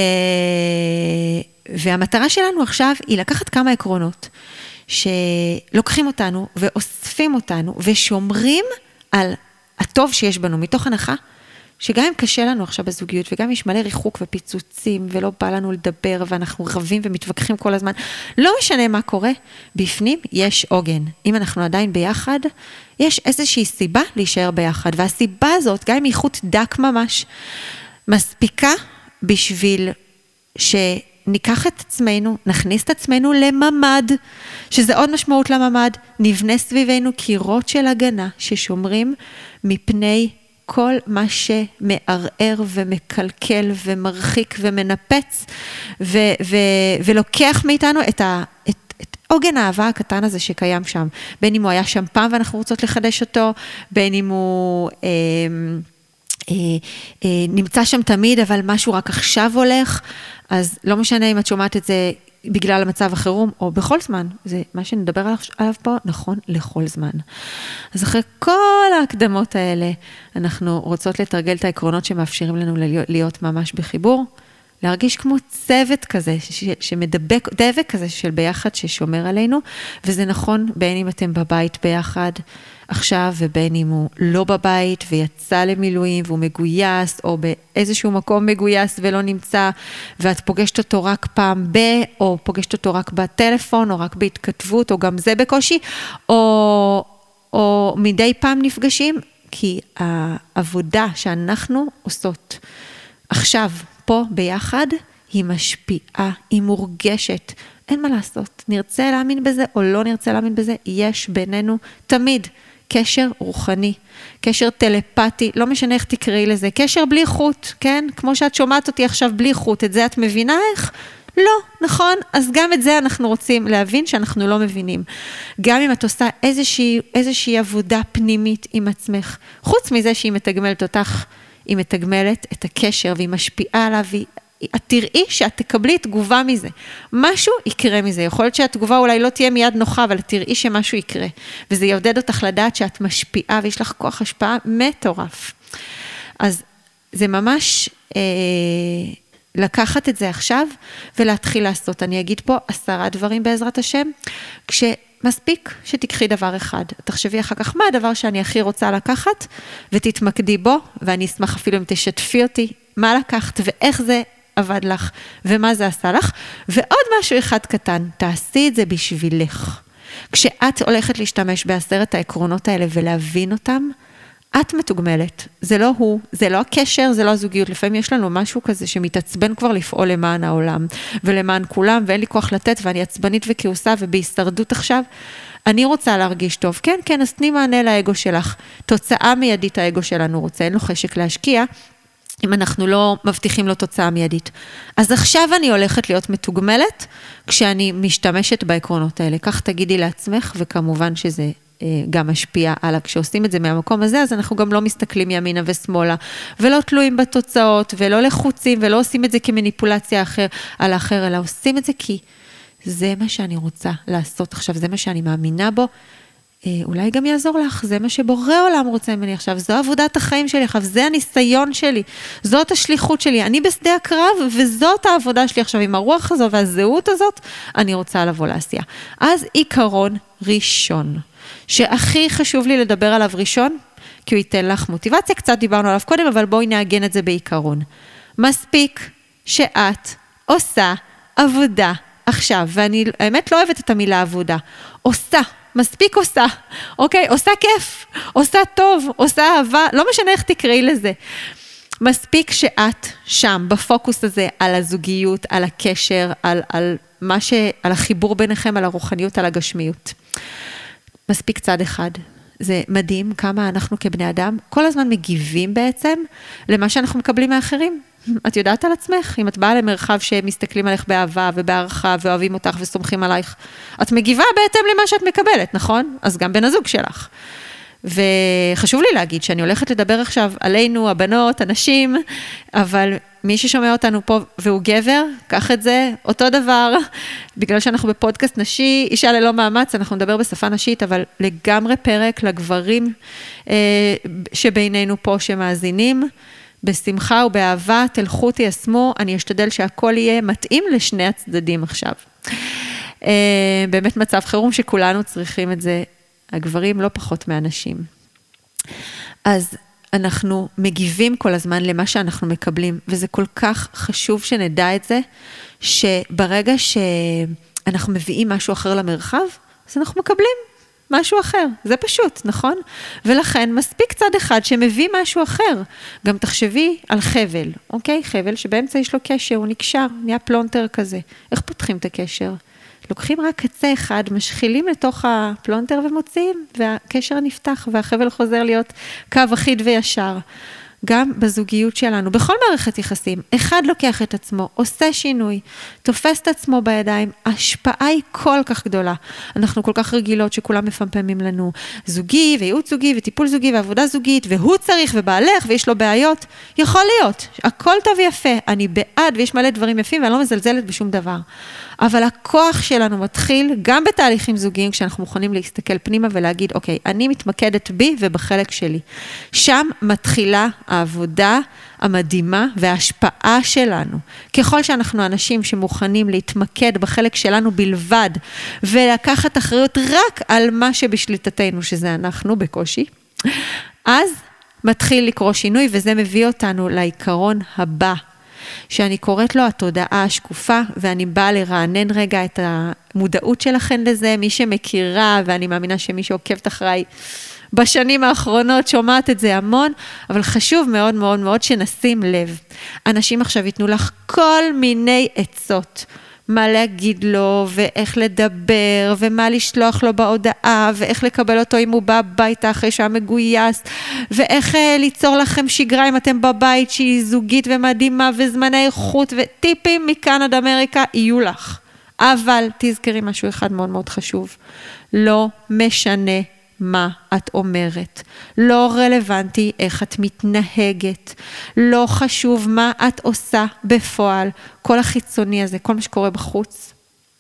והמטרה שלנו עכשיו, היא לקחת כמה עקרונות, שלוקחים אותנו ואוספים אותנו ושומרים על הטוב שיש בנו, מתוך הנחה, שגם אם קשה לנו עכשיו בזוגיות, וגם אם יש מלא ריחוק ופיצוצים, ולא בא לנו לדבר, ואנחנו רבים ומתווכחים כל הזמן, לא משנה מה קורה, בפנים יש עוגן. אם אנחנו עדיין ביחד, יש איזושהי סיבה להישאר ביחד, והסיבה הזאת, גם אם היא חוט דק ממש, מספיקה בשביל ש... ניקח את עצמנו, נכניס את עצמנו לממד, שזה עוד משמעות לממד, נבנה סביבנו קירות של הגנה, ששומרים מפני כל מה שמערער ומקלקל ומרחיק ומנפץ, ו- ו- ולוקח מאיתנו את ה... את את עוגן האהבה הקטן הזה שקיים שם, בין אם הוא היה שם פעם ואנחנו רוצות לחדש אותו, בין אם הוא... אה, נמצא שם תמיד, אבל משהו רק עכשיו הולך, אז לא משנה אם את שומעת את זה בגלל המצב החירום, או בכל זמן, זה מה שנדבר עליו פה, נכון, לכל זמן. אז אחרי כל ההקדמות האלה, אנחנו רוצות לתרגל את העקרונות שמאפשרים לנו להיות ממש בחיבור, להרגיש כמו צוות כזה, שמדבק, דבק כזה של ביחד ששומר עלינו, וזה נכון בין אם אתם בבית ביחד עכשיו, ובין אם הוא לא בבית ויצא למילואים והוא מגויס, או באיזשהו מקום מגויס ולא נמצא, ואת פוגשת אותו רק פעם ב, או פוגשת אותו רק בטלפון, או רק בהתכתבות, או גם זה בקושי, או, או מדי פעם נפגשים, כי העבודה שאנחנו עושות עכשיו, פה ביחד, היא משפיעה, היא מורגשת, אין מה לעשות, נרצה להאמין בזה או לא נרצה להאמין בזה, יש בינינו תמיד קשר רוחני, קשר טלפתי, לא משנה איך תקראי לזה, קשר בלי חוט, כן? כמו שאת שומעת אותי עכשיו בלי חוט, את זה את מבינה איך? לא, נכון? אז גם את זה אנחנו רוצים להבין שאנחנו לא מבינים. גם אם את עושה איזושהי, איזושהי עבודה פנימית עם עצמך, חוץ מזה שהיא מתגמלת אותך, היא מתגמלת את הקשר והיא משפיעה עליו, את תראי שאת תקבלי תגובה מזה. משהו יקרה מזה. יכול להיות שהתגובה אולי לא תהיה מיד נוחה, אבל תראי שמשהו יקרה. וזה יעודד אותך לדעת שאת משפיעה ויש לך כוח השפעה מטורף. אז זה ממש אה, לקחת את זה עכשיו ולהתחיל לעשות. אני אגיד פה עשרה דברים בעזרת השם, כש... מספיק שתיקחי דבר אחד. תחשבי אחר כך מה הדבר שאני הכי רוצה לקחת, ותתמקדי בו, ואני אשמח אפילו אם תשתפי אותי, מה לקחת ואיך זה עבד לך, ומה זה עשה לך. ועוד משהו אחד קטן, תעשי את זה בשבילך. כשאת הולכת להשתמש בעשרת העקרונות האלה ולהבין אותם, את מתוגמלת. זה לא הוא, זה לא הקשר, זה לא הזוגיות. לפעמים יש לנו משהו כזה שמתעצבן כבר לפעול למען העולם, ולמען כולם, ואין לי כוח לתת, ואני עצבנית וכעוסה, ובהסתרדות עכשיו. אני רוצה להרגיש טוב. כן, כן, אז תני מענה לאגו שלך. תוצאה מיידית האגו שלנו רוצה, אין לו חשק להשקיע, אם אנחנו לא מבטיחים לו תוצאה מיידית. אז עכשיו אני הולכת להיות מתוגמלת, כשאני משתמשת בעקרונות האלה. כך תגידי לעצמך, וכמובן שזה גם משפיע עליו. כשעושים את זה מהמקום הזה, אז אנחנו גם לא מסתכלים ימינה ושמאלה, ולא תלויים בתוצאות, ולא לחוצים, ולא עושים את זה כמניפולציה אחר, על האחר, אלא עושים את זה כי זה מה שאני רוצה לעשות עכשיו, זה מה שאני מאמינה בו, אולי גם יעזור לך, זה מה שבורא עולם רוצה ממני עכשיו, זו עבודת החיים שלי עכשיו, זה הניסיון שלי, זאת השליחות שלי, אני בשדה הקרב, וזאת העבודה שלי עכשיו, עם הרוח הזו והזהות הזאת, אני רוצה לבוא לעשייה. אז עיקרון ראשון, שהכי חשוב לי לדבר עליו ראשון, כי הוא ייתן לך מוטיבציה, קצת דיברנו עליו קודם, אבל בואי נעגן את זה בעיקרון. מספיק שאת עושה עבודה עכשיו, ואני האמת לא אוהבת את המילה עבודה, עושה, מספיק עושה, אוקיי? עושה כיף, עושה טוב, עושה אהבה, לא משנה איך תקראי לזה. מספיק שאת שם, בפוקוס הזה, על הזוגיות, על הקשר, על, על מה ש, על החיבור ביניכם, על הרוחניות, על הגשמיות. מספיק צד אחד. זה מדהים כמה אנחנו כבני אדם כל הזמן מגיבים בעצם למה שאנחנו מקבלים מאחרים. את יודעת על עצמך, אם את באה למרחב שמסתכלים עליך באהבה ובערכה ואוהבים אותך וסומכים עלייך, את מגיבה בהתאם למה שאת מקבלת, נכון? אז גם בן הזוג שלך. וחשוב לי להגיד שאני הולכת לדבר עכשיו עלינו, הבנות, הנשים, אבל מי ששומע אותנו פה והוא גבר, קח את זה, אותו דבר, בגלל שאנחנו בפודקאסט נשי, אישה ללא מאמץ, אנחנו נדבר בשפה נשית, אבל לגמרי פרק לגברים אה, שבינינו פה שמאזינים, בשמחה ובאהבה, תלכו, תיישמו, אני אשתדל שהכל יהיה מתאים לשני הצדדים עכשיו. אה, באמת מצב חירום שכולנו צריכים את זה, הגברים לא פחות מהנשים. אז אנחנו מגיבים כל הזמן למה שאנחנו מקבלים, וזה כל כך חשוב שנדע את זה, שברגע שאנחנו מביאים משהו אחר למרחב, אז אנחנו מקבלים משהו אחר, זה פשוט, נכון? ולכן מספיק צד אחד שמביא משהו אחר, גם תחשבי על חבל, אוקיי? חבל שבאמצע יש לו קשר, הוא נקשר, נהיה פלונטר כזה. איך פותחים את הקשר? לוקחים רק קצה אחד, משחילים לתוך הפלונטר ומוציאים, והקשר נפתח, והחבל חוזר להיות קו אחיד וישר. גם בזוגיות שלנו, בכל מערכת יחסים, אחד לוקח את עצמו, עושה שינוי, תופס את עצמו בידיים, ההשפעה היא כל כך גדולה. אנחנו כל כך רגילות שכולם מפמפמים לנו זוגי וייעוץ זוגי וטיפול זוגי ועבודה זוגית, והוא צריך ובעלך ויש לו בעיות. יכול להיות, הכל טוב ויפה, אני בעד ויש מלא דברים יפים ואני לא מזלזלת בשום דבר. אבל הכוח שלנו מתחיל גם בתהליכים זוגיים, כשאנחנו מוכנים להסתכל פנימה ולהגיד, אוקיי, אני מתמקדת בי ובחלק שלי. שם מתחילה העבודה המדהימה וההשפעה שלנו. ככל שאנחנו אנשים שמוכנים להתמקד בחלק שלנו בלבד, ולקחת אחריות רק על מה שבשליטתנו, שזה אנחנו בקושי, אז מתחיל לקרוא שינוי, וזה מביא אותנו לעיקרון הבא, שאני קוראת לו התודעה השקופה, ואני באה לרענן רגע את המודעות שלכם לזה, מי שמכירה, ואני מאמינה שמי שעוקבת אחריי בשנים האחרונות שומעת את זה המון, אבל חשוב מאוד מאוד מאוד שנשים לב. אנשים עכשיו ייתנו לך כל מיני עצות, מה להגיד לו, ואיך לדבר, ומה לשלוח לו בהודעה, ואיך לקבל אותו אם הוא בא הביתה אחרי שעה מגויס, ואיך ליצור לכם שגרה אם אתם בבית שהיא זוגית ומדהימה, וזמני איכות, וטיפים מכאן עד אמריקה יהיו לך. אבל תזכרי משהו אחד מאוד מאוד חשוב, לא משנה מה את אומרת, לא רלוונטי איך את מתנהגת, לא חשוב מה את עושה בפועל, כל החיצוני הזה, כל מה שקורה בחוץ,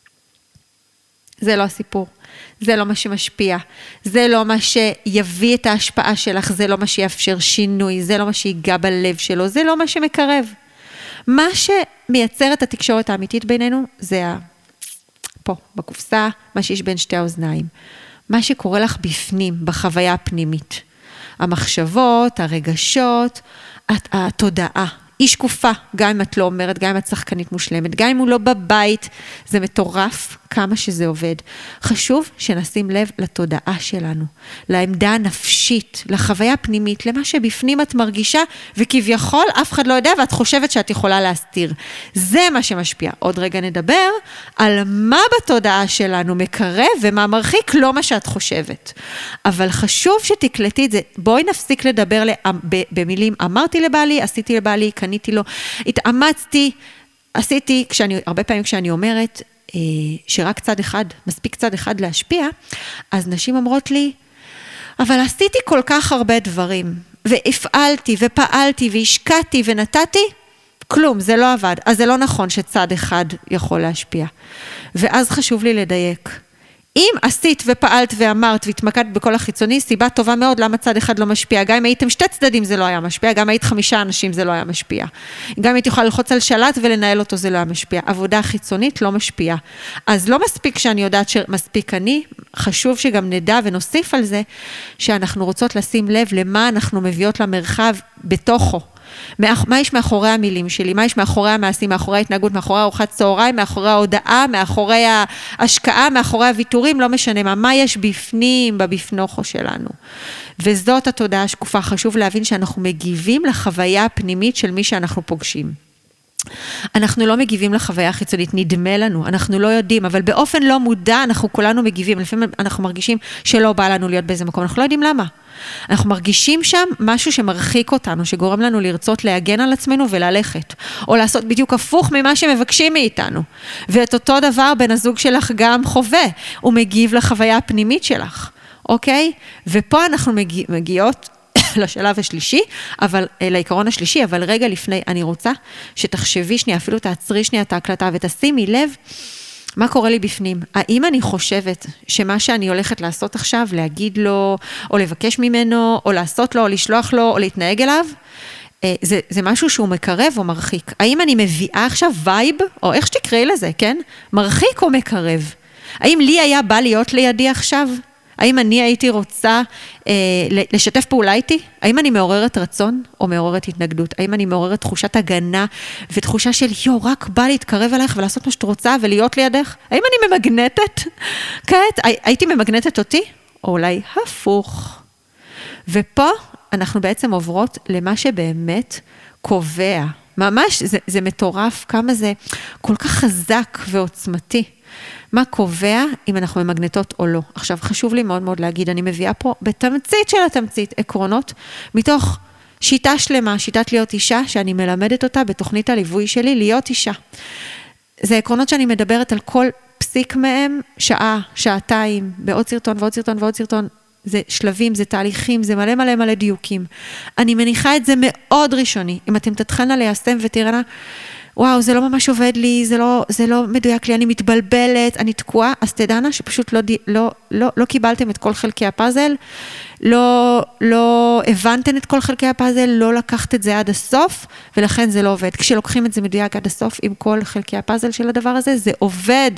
זה לא הסיפור, זה לא מה שמשפיע, זה לא מה שיביא את ההשפעה שלך, זה לא מה שיאפשר שינוי, זה לא מה שיגע בלב שלו, זה לא מה שמקרב. מה שמייצר את התקשורת האמיתית בינינו, זה פה, בקופסה, מה שיש בין שתי האוזניים. מה שקורה לך בפנים, בחוויה הפנימית. המחשבות, הרגשות, התודעה. היא שקופה, גם אם את לא אומרת, גם אם את שחקנית מושלמת, גם אם הוא לא בבית, זה מטורף כמה שזה עובד. חשוב שנשים לב לתודעה שלנו, לעמדה הנפשית, לחוויה הפנימית, למה שבפנים את מרגישה, וכביכול אף אחד לא יודע, ואת חושבת שאת יכולה להסתיר. זה מה שמשפיע. עוד רגע נדבר על מה בתודעה שלנו מקרב, ומה מרחיק, לא מה שאת חושבת. אבל חשוב שתקלטי את זה. בואי נפסיק לדבר במילים, אמרתי לבעלי, עשיתי לבעלי, קניתי לו, התאמצתי, עשיתי, כשאני, הרבה פעמים כשאני אומרת, שרק צד אחד, מספיק צד אחד להשפיע, אז נשים אומרות לי, אבל עשיתי כל כך הרבה דברים, והפעלתי ופעלתי והשקעתי ונתתי, כלום, זה לא עבד. אז זה לא נכון שצד אחד יכול להשפיע. ואז חשוב לי לדייק. אם עשית ופעלת ואמרת והתמקדת בכל החיצוני, סיבה טובה מאוד למה צד אחד לא משפיע. גם אם הייתם שתי צדדים זה לא היה משפיע, גם אם היית חמישה אנשים זה לא היה משפיע. גם אם היית יכולה ללחוץ על שלט ולנהל אותו זה לא היה משפיע. עבודה חיצונית לא משפיעה. אז לא מספיק שאני יודעת שמספיק אני, חשוב שגם נדע ונוסיף על זה, שאנחנו רוצות לשים לב למה אנחנו מביאות למרחב בתוכו. מה יש מאחורי המילים שלי, מה יש מאחורי המעשים, מאחורי ההתנהגות, מאחורי ארוחת צהריים, מאחורי ההודעה, מאחורי ההשקעה, מאחורי הוויתורים, לא משנה מה, מה יש בפנים, בבפנוכו שלנו. וזאת התודעה השקופה, חשוב להבין שאנחנו מגיבים לחוויה הפנימית של מי שאנחנו פוגשים. אנחנו לא מגיבים לחוויה החיצונית, נדמה לנו, אנחנו לא יודעים, אבל באופן לא מודע אנחנו כולנו מגיבים, לפעמים אנחנו מרגישים שלא בא לנו להיות באיזה מקום, אנחנו לא יודעים למה. אנחנו מרגישים שם משהו שמרחיק אותנו, שגורם לנו לרצות להגן על עצמנו וללכת, או לעשות בדיוק הפוך ממה שמבקשים מאיתנו. ואת אותו דבר בן הזוג שלך גם חווה, הוא מגיב לחוויה הפנימית שלך, אוקיי? ופה אנחנו מגיע, מגיעות לשלב השלישי, אבל, לעיקרון השלישי, אבל רגע לפני, אני רוצה שתחשבי שנייה, אפילו תעצרי שנייה את ההקלטה, ותשימי לב, מה קורה לי בפנים? האם אני חושבת שמה שאני הולכת לעשות עכשיו, להגיד לו, או לבקש ממנו, או לעשות לו, או לשלוח לו, או להתנהג אליו, זה, זה משהו שהוא מקרב או מרחיק? האם אני מביאה עכשיו וייב, או איך שתקראי לזה, כן? מרחיק או מקרב? האם לי היה בא להיות לידי עכשיו? האם אני הייתי רוצה אה, לשתף פעולה איתי? האם אני מעוררת רצון או מעוררת התנגדות? האם אני מעוררת תחושת הגנה ותחושה של יו, רק בא להתקרב אליך ולעשות מה שאת רוצה ולהיות לידך? האם אני ממגנטת? כעת, הייתי ממגנטת אותי? או אולי הפוך. ופה אנחנו בעצם עוברות למה שבאמת קובע. ממש זה, זה מטורף כמה זה כל כך חזק ועוצמתי. מה קובע אם אנחנו ממגנטות או לא. עכשיו חשוב לי מאוד מאוד להגיד, אני מביאה פה בתמצית של התמצית עקרונות, מתוך שיטה שלמה, שיטת להיות אישה, שאני מלמדת אותה בתוכנית הליווי שלי, להיות אישה. זה עקרונות שאני מדברת על כל פסיק מהם, שעה, שעתיים, בעוד סרטון ועוד סרטון ועוד סרטון, זה שלבים, זה תהליכים, זה מלא מלא מלא דיוקים. אני מניחה את זה מאוד ראשוני, אם אתם תתחלנה ליישם ותראנה, וואו, זה לא ממש עובד לי, זה לא, זה לא מדויק לי, אני מתבלבלת, אני תקועה, אז תדענה שפשוט לא, לא, לא, לא קיבלתם את כל חלקי הפאזל, לא, לא הבנתם את כל חלקי הפאזל, לא לקחת את זה עד הסוף, ולכן זה לא עובד. כשלוקחים את זה מדויק עד הסוף, עם כל חלקי הפאזל של הדבר הזה, זה עובד.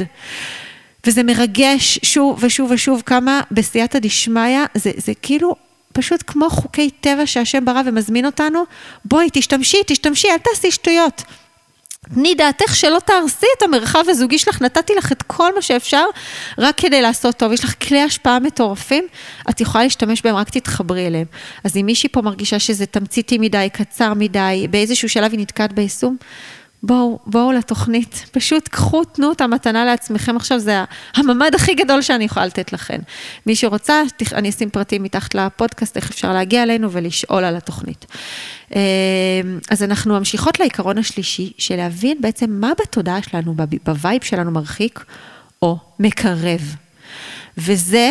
וזה מרגש שוב ושוב ושוב, כמה בסייעתא דשמיא, זה, זה כאילו פשוט כמו חוקי טבע שהשם ברא ומזמין אותנו, בואי, תשתמשי, תשתמשי, אל תעשי שטויות. תני דעתך שלא תהרסי את המרחב הזוגי שלך, נתתי לך את כל מה שאפשר, רק כדי לעשות טוב. יש לך כלי השפעה מטורפים, את יכולה להשתמש בהם, רק תתחברי אליהם. אז אם מישהי פה מרגישה שזה תמציתי מדי, קצר מדי, באיזשהו שלב היא נתקעת ביישום, בואו, בואו לתוכנית, פשוט קחו, תנו את המתנה לעצמכם, עכשיו זה הממד הכי גדול שאני יכולה לתת לכם. מי שרוצה, אני אשים פרטים מתחת לפודקאסט, איך אפשר להגיע אלינו ולשאול על התוכנית. אז אנחנו ממשיכות לעיקרון השלישי, של להבין בעצם מה בתודעה שלנו, בווייב שלנו מרחיק, או מקרב. וזה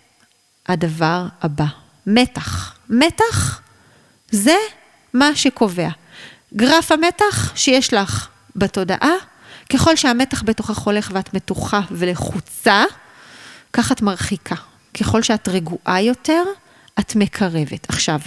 הדבר הבא, מתח. מתח זה מה שקובע. גרף המתח שיש לך בתודעה, ככל שהמתח בתוכך הולך ואת מתוחה ולחוצה, כך את מרחיקה. ככל שאת רגועה יותר, את מקרבת. עכשיו,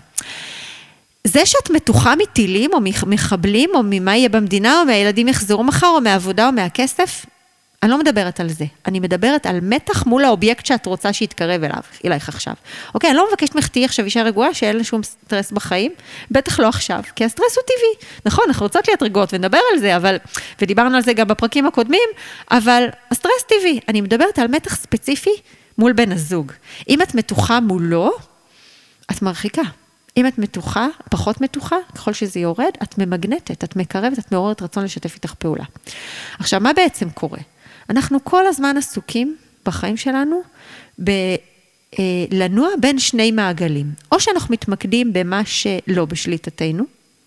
זה שאת מתוחה מטילים או מחבלים, או ממה יהיה במדינה, או מהילדים יחזרו מחר, או מהעבודה או מהכסף, אני לא מדברת על זה. אני מדברת על מתח מול האובייקט שאת רוצה שיתקרב אליו, אלייך עכשיו. אוקיי, אני לא מבקשת מחתי עכשיו אישה רגועה, שאין לה שום סטרס בחיים, בטח לא עכשיו, כי הסטרס הוא טבעי. נכון, אנחנו רוצות להיות רגועות ונדבר על זה, אבל, ודיברנו על זה גם בפרקים הקודמים, אבל הסטרס טבעי. אני מדברת על מתח ספציפי מול בן הזוג. אם את מתוחה מולו, את מרחיקה. אם את מתוחה, פחות מתוחה, ככל שזה יורד, את ממגנטת, את מקרבת, את מעוררת רצון לשתף איתך פעולה. עכשיו, מה בעצם קורה? אנחנו כל הזמן עסוקים בחיים שלנו בלנוע בין שני מעגלים. או שאנחנו מתמקדים במה שלא בשליטתנו,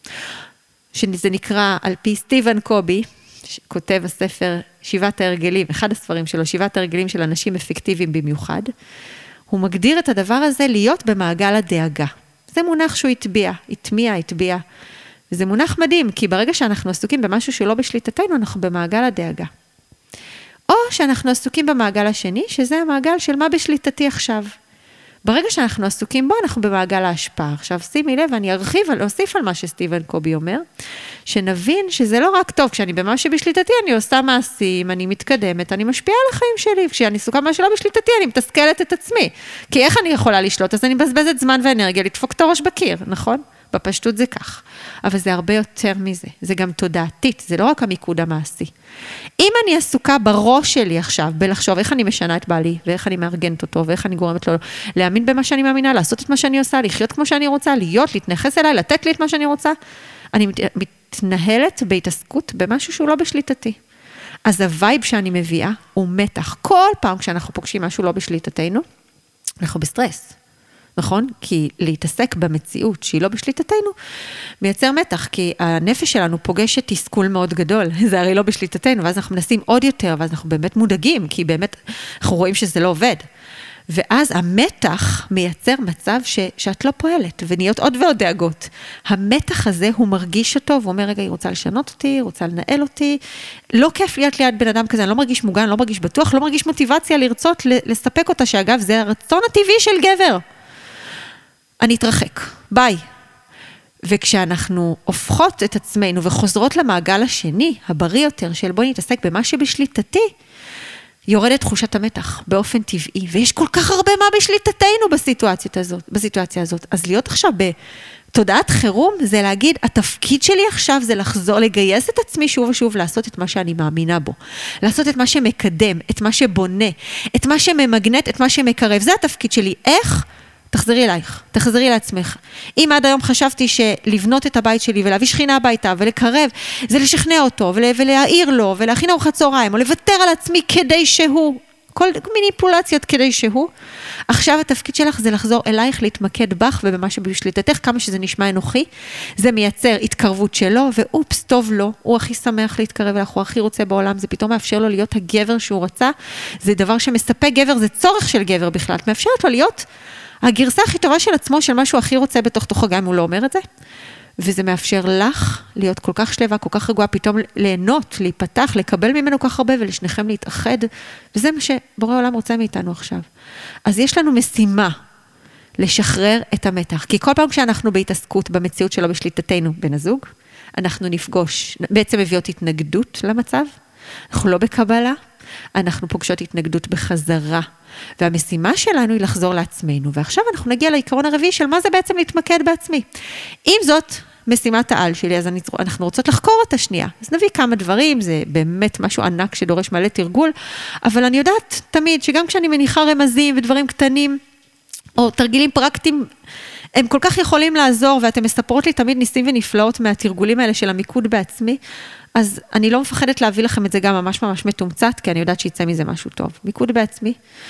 שזה נקרא על פי סטיבן קובי, שכותב הספר שבעת ההרגלים, אחד הספרים שלו, שבעת ההרגלים של אנשים אפקטיביים במיוחד, הוא מגדיר את הדבר הזה להיות במעגל הדאגה. זה מונח שהוא הטביע, הטמיע, הטביע. וזה מונח מדהים, כי ברגע שאנחנו עסוקים במשהו שלא בשליטתנו, אנחנו במעגל הדאגה. או שאנחנו עסוקים במעגל השני, שזה המעגל של מה בשליטתי עכשיו. ברגע שאנחנו עסוקים בו, אנחנו במעגל ההשפעה. עכשיו, שימי לב, אני ארחיב, אוסיף על מה שסטיבן קובי אומר, שנבין שזה לא רק טוב, כשאני במה שבשליטתי, אני עושה מעשים, אני מתקדמת, אני משפיעה על החיים שלי, כשאני עסוקה מה שלא בשליטתי, אני מתסכלת את עצמי. כי איך אני יכולה לשלוט? אז אני מבזבזת זמן ואנרגיה, לדפוק את הראש בקיר, נכון? בפשטות זה כך. אבל זה הרבה יותר מזה. זה גם תודעתית, זה לא רק המיקוד המעשי. אם אני עסוקה בראש שלי עכשיו, בלחשוב איך אני משנה את בעלי, ואיך אני מארגנת אותו, ואיך אני גורמת לו להאמין במה שאני מאמינה, לעשות את מה שאני עושה, לחיות כמו שאני רוצה, להיות, להתנחס אליי, לתת לי את מה שאני רוצה, אני מתנהלת בהתעסקות במשהו שהוא לא בשליטתי. אז הווייב שאני מביאה הוא מתח. כל פעם כשאנחנו פוגשים משהו לא בשליטתנו, אנחנו בסטרס. נכון? כי להתעסק במציאות שהיא לא בשליטתנו, מייצר מתח, כי הנפש שלנו פוגשת תסכול מאוד גדול, זה הרי לא בשליטתנו, ואז אנחנו מנסים עוד יותר, ואז אנחנו באמת מודאגים, כי באמת אנחנו רואים שזה לא עובד. ואז המתח מייצר מצב ש, שאת לא פועלת, ונהיות עוד ועוד דאגות. המתח הזה, הוא מרגיש אותו, והוא אומר, רגע, היא רוצה לשנות אותי, היא רוצה לנהל אותי, לא כיף להיות ליד בן אדם כזה, אני לא מרגיש מוגן, לא מרגיש בטוח, לא מרגיש מוטיבציה לרצות לספק אותה, שאגב, זה הרצון הטבעי של גבר. אני אתרחק, ביי. וכשאנחנו הופכות את עצמנו וחוזרות למעגל השני, הבריא יותר של בואי נתעסק במה שבשליטתי, יורדת תחושת המתח באופן טבעי, ויש כל כך הרבה מה בשליטתנו בסיטואציה הזאת, בסיטואציה הזאת. אז להיות עכשיו בתודעת חירום, זה להגיד, התפקיד שלי עכשיו זה לחזור, לגייס את עצמי שוב ושוב, לעשות את מה שאני מאמינה בו. לעשות את מה שמקדם, את מה שבונה, את מה שממגנט, את מה שמקרב. זה התפקיד שלי. איך? תחזרי אלייך, תחזרי לעצמך. אם עד היום חשבתי שלבנות את הבית שלי ולהביא שכינה הביתה ולקרב, זה לשכנע אותו ולהעיר לו ולהכין ארוחת צהריים או לוותר על עצמי כדי שהוא, כל מניפולציות כדי שהוא. עכשיו התפקיד שלך זה לחזור אלייך, להתמקד בך ובמה שבשליטתך, כמה שזה נשמע אנוכי, זה מייצר התקרבות שלו, ואופס, טוב לו, הוא הכי שמח להתקרב אליך, הוא הכי רוצה בעולם, זה פתאום מאפשר לו להיות הגבר שהוא רצה, זה דבר שמספק גבר, זה צורך של גבר בכלל, מאפשרת לו להיות הגרסה הכי טובה של עצמו, של מה שהוא הכי רוצה בתוך תוכו, גם אם הוא לא אומר את זה, וזה מאפשר לך להיות כל כך שלווה, כל כך רגועה, פתאום ליהנות, להיפתח, לקבל ממנו כך הרבה, ולשניכם להתאחד, וזה מה שבורא עולם רוצה מאיתנו עכשיו. אז יש לנו משימה לשחרר את המתח, כי כל פעם כשאנחנו בהתעסקות במציאות שלו בשליטתנו בן הזוג, אנחנו נפגוש, בעצם מביאות התנגדות למצב, אנחנו לא בקבלה, אנחנו פוגשות התנגדות בחזרה, והמשימה שלנו היא לחזור לעצמנו, ועכשיו אנחנו נגיע לעיקרון הרביעי של מה זה בעצם להתמקד בעצמי. אם זאת משימת העל שלי, אז אנחנו רוצות לחקור אותה שנייה, אז נביא כמה דברים, זה באמת משהו ענק שדורש מלא תרגול, אבל אני יודעת תמיד שגם כשאני מניחה רמזים ודברים קטנים, או תרגילים פרקטיים, הם כל כך יכולים לעזור, ואתם מספרות לי תמיד ניסים ונפלאות מהתרגולים האלה של המיקוד בעצמי, אז אני לא מפחדת להביא לכם את זה גם ממש ממש מתומצת, כי אני יודעת שיצא מזה משהו טוב. מיקוד בעצמי,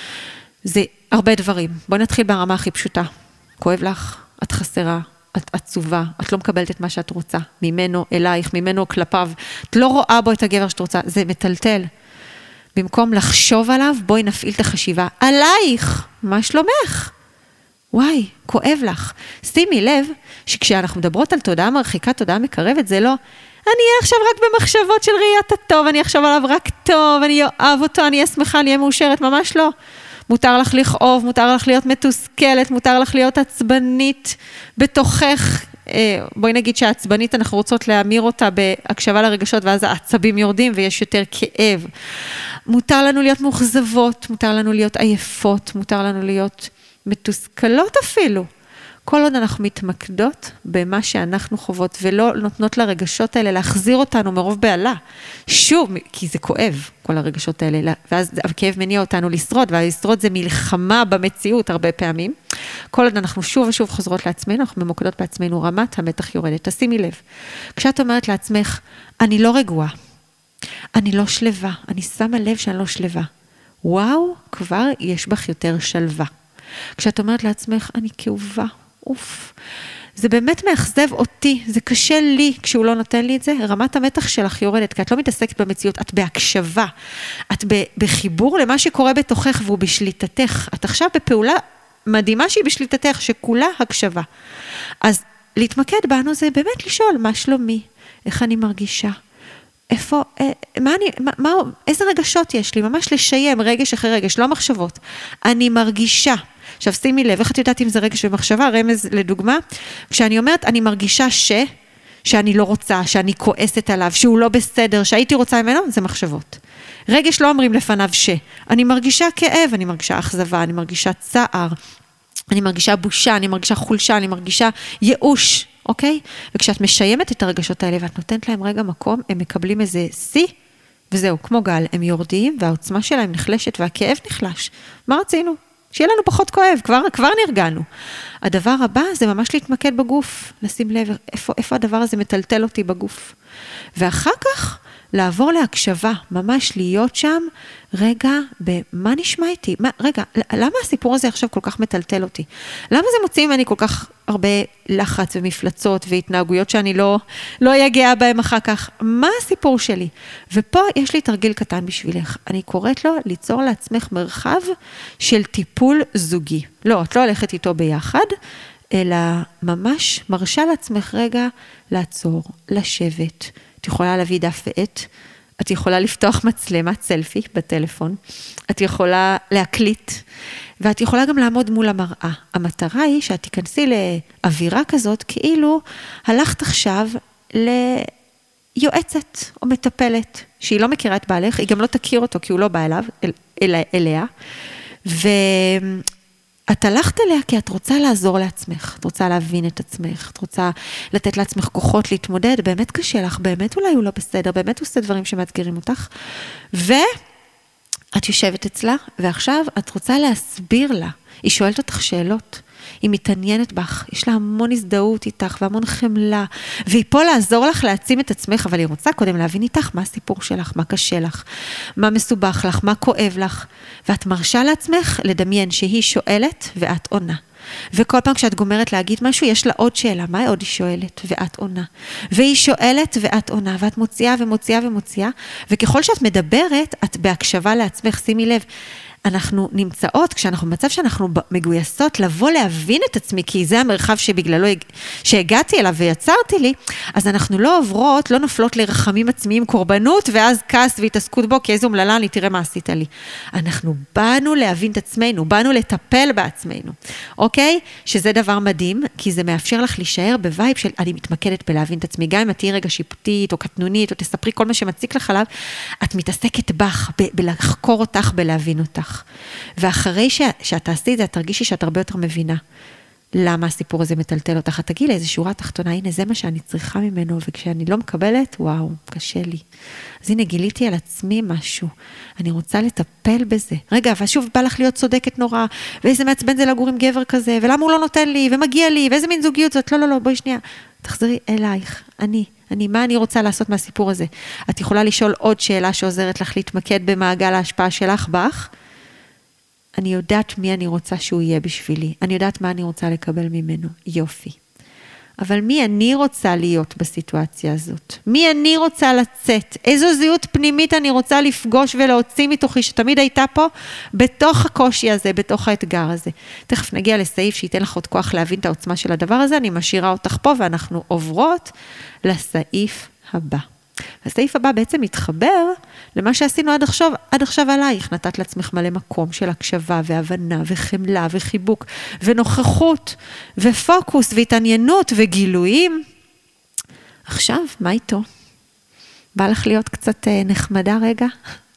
זה הרבה דברים. בואי נתחיל ברמה הכי פשוטה. כואב לך, את חסרה, את עצובה, את לא מקבלת את מה שאת רוצה, ממנו אלייך, ממנו כלפיו, את לא רואה בו את הגבר שאת רוצה, זה מטלטל. במקום לחשוב עליו, בואי נפעיל את החשיבה, עלייך, מה שלומך? וואי, כואב לך. שימי לב שכשאנחנו מדברות על תודעה מרחיקה, תודעה מקרבת, זה לא, אני אהיה עכשיו רק במחשבות של ראיית הטוב, אני אחשוב עליו רק טוב, אני אוהב אותו, אני אהיה שמחה, אני אהיה מאושרת, ממש לא. מותר לך לכאוב, מותר לך להיות מתוסכלת, מותר לך להיות עצבנית בתוכך. בואי נגיד שהעצבנית אנחנו רוצות להמיר אותה בהקשבה לרגשות, ואז העצבים יורדים ויש יותר כאב. מותר לנו להיות מאוכזבות, מותר לנו להיות עייפות, מותר לנו להיות מתוסכלות אפילו. כל עוד אנחנו מתמקדות במה שאנחנו חוות, ולא נותנות לרגשות האלה להחזיר אותנו מרוב בעלה. שוב, כי זה כואב, כל הרגשות האלה, ואז הכאב מניע אותנו לשרוד, והלשרוד זה מלחמה במציאות הרבה פעמים. כל עוד אנחנו שוב ושוב חוזרות לעצמנו, אנחנו ממוקדות בעצמנו, רמת המתח יורדת. תשימי לב, כשאת אומרת לעצמך, אני לא רגועה, אני לא שלווה, אני שמה לב שאני לא שלווה. וואו, כבר יש בך יותר שלווה. כשאת אומרת לעצמך, אני כאובה, אוף, זה באמת מאכזב אותי, זה קשה לי כשהוא לא נותן לי את זה, רמת המתח שלך יורדת, כי את לא מתעסקת במציאות, את בהקשבה, את בחיבור למה שקורה בתוכך והוא בשליטתך, את עכשיו בפעולה מדהימה שהיא בשליטתך, שכולה הקשבה. אז להתמקד בנו זה באמת לשאול, מה שלומי, איך אני מרגישה, איפה, מה אני, מה, מה, איזה רגשות יש לי? ממש לשיים רגש אחרי רגש, לא מחשבות. אני מרגישה. עכשיו, שימי לב, איך את יודעת אם זה רגש ומחשבה? רמז לדוגמה, כשאני אומרת, אני מרגישה ש, שאני לא רוצה, שאני כועסת עליו, שהוא לא בסדר, שהייתי רוצה ממנו, זה מחשבות. רגש לא אומרים לפניו ש. אני מרגישה כאב, אני מרגישה אכזבה, אני מרגישה צער, אני מרגישה בושה, אני מרגישה חולשה, אני מרגישה ייאוש, אוקיי? וכשאת משיימת את הרגשות האלה, ואת נותנת להם רגע מקום, הם מקבלים איזה סי, וזהו, כמו גל, הם יורדים, והעוצמה שלהם נחלשת, והכאב נחלש. מה רצינו? שיהיה לנו פחות כואב, כבר, כבר נרגענו. הדבר הבא זה ממש להתמקד בגוף, לשים לב איפה, איפה הדבר הזה מטלטל אותי בגוף. ואחר כך לעבור להקשבה, ממש להיות שם, רגע, במה נשמע איתי? מה, רגע, למה הסיפור הזה עכשיו כל כך מטלטל אותי? למה זה מוציא ממני כל כך הרבה לחץ ומפלצות והתנהגויות שאני לא, לא אגיע בהם אחר כך? מה הסיפור שלי? ופה יש לי תרגיל קטן בשבילך. אני קוראת לו ליצור לעצמך מרחב של טיפול זוגי. לא, את לא הולכת איתו ביחד, אלא ממש מרשה לעצמך רגע לעצור, לשבת. את יכולה להביא דף ועט, את יכולה לפתוח מצלמת סלפי בטלפון, את יכולה להקליט, ואת יכולה גם לעמוד מול המראה. המטרה היא שאת תיכנסי לאווירה כזאת, כאילו הלכת עכשיו ליועצת או מטפלת, שהיא לא מכירה את בעלך, היא גם לא תכיר אותו, כי הוא לא בא אליו, אל, אל, אליה, ו... את הלכת אליה כי את רוצה לעזור לעצמך, את רוצה להבין את עצמך, את רוצה לתת לעצמך כוחות להתמודד, באמת קשה לך, באמת אולי הוא לא בסדר, באמת הוא עושה דברים שמאתגרים אותך, ואת יושבת אצלה, ועכשיו את רוצה להסביר לה, היא שואלת אותך שאלות, היא מתעניינת בך, יש לה המון הזדהות איתך והמון חמלה, והיא פה לעזור לך להעצים את עצמך, אבל היא רוצה קודם להבין איתך מה הסיפור שלך, מה קשה לך, מה מסובך לך, מה כואב לך, ואת מרשה לעצמך לדמיין שהיא שואלת ואת עונה. וכל פעם כשאת גומרת להגיד משהו, יש לה עוד שאלה, מה עוד היא שואלת ואת עונה. והיא שואלת ואת עונה, ואת מוציאה ומוציאה ומוציאה, וככל שאת מדברת, את בהקשבה לעצמך, שימי לב, אנחנו נמצאות, כשאנחנו במצב שאנחנו מגויסות, לבוא להבין את עצמי, כי זה המרחב שבגללו, שהגעתי אליו ויצרתי לי, אז אנחנו לא עוברות, לא נופלות לרחמים עצמיים קורבנות, ואז כעס והתעסקות בו, כי איזו מללה, אני תראה מה עשית לי. אנחנו באנו להבין את עצמנו, באנו לטפל בעצמנו, אוקיי? שזה דבר מדהים, כי זה מאפשר לך להישאר בווייב של, אני מתמקדת בלהבין את עצמי, גם אם את תהיי רגע שיפוטית, או קטנונית, או תספרי כל מה שמציק לך עליו, את מתעסקת בך, ב- בלחקור אותך, בלהבין אותך. ואחרי ש... שאת תעשי את זה, את תרגישי שאת הרבה יותר מבינה למה הסיפור הזה מטלטל אותך. את תגיעי לאיזו שורה תחתונה, הנה זה מה שאני צריכה ממנו, וכשאני לא מקבלת, וואו, קשה לי. אז הנה גיליתי על עצמי משהו, אני רוצה לטפל בזה. רגע, ושוב בא לך להיות צודקת נורא, ואיזה מעצבן זה לגור עם גבר כזה, ולמה הוא לא נותן לי, ומגיע לי, ואיזה מין זוגיות זאת, לא, לא, לא, בואי שנייה, תחזרי אלייך, אני. אני, מה אני רוצה לעשות מהסיפור הזה? את יכולה לשאול עוד שאלה שעוזרת לך להתמקד במעגל ההשפעה שלך בך, אני יודעת מי אני רוצה שהוא יהיה בשבילי. אני יודעת מה אני רוצה לקבל ממנו. יופי. אבל מי אני רוצה להיות בסיטואציה הזאת? מי אני רוצה לצאת? איזו זהות פנימית אני רוצה לפגוש ולהוציא מתוכי, שתמיד הייתה פה בתוך הקושי הזה, בתוך האתגר הזה. תכף נגיע לסעיף שייתן לך עוד כוח להבין את העוצמה של הדבר הזה. אני משאירה אותך פה ואנחנו עוברות לסעיף הבא. הסעיף הבא בעצם מתחבר למה שעשינו עד עכשיו, עד עכשיו עלייך. נתת לעצמך מלא מקום של הקשבה והבנה וחמלה וחיבוק ונוכחות ופוקוס והתעניינות וגילויים. עכשיו, מה איתו? בא לך להיות קצת נחמדה רגע?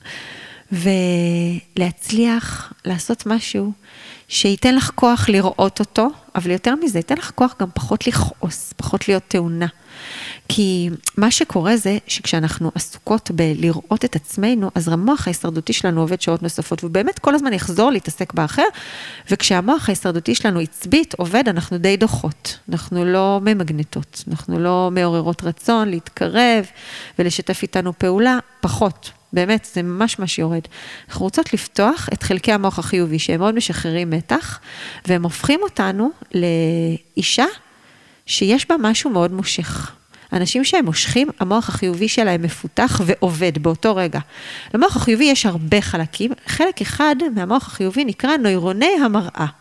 ולהצליח לעשות משהו שייתן לך כוח לראות אותו, אבל יותר מזה, ייתן לך כוח גם פחות לכעוס, פחות להיות תאונה. כי מה שקורה זה שכשאנחנו עסוקות בלראות את עצמנו, אז המוח ההישרדותי שלנו עובד שעות נוספות, ובאמת כל הזמן יחזור להתעסק באחר, וכשהמוח ההישרדותי שלנו עצבית עובד, אנחנו די דוחות, אנחנו לא ממגנטות, אנחנו לא מעוררות רצון להתקרב ולשתף איתנו פעולה, פחות. באמת, זה ממש ממש יורד. אנחנו רוצות לפתוח את חלקי המוח החיובי, שהם מאוד משחררים מתח, והם הופכים אותנו לאישה שיש בה משהו מאוד מושך. אנשים שהם מושכים, המוח החיובי שלהם מפותח ועובד באותו רגע. למוח החיובי יש הרבה חלקים, חלק אחד מהמוח החיובי נקרא נוירוני המראה.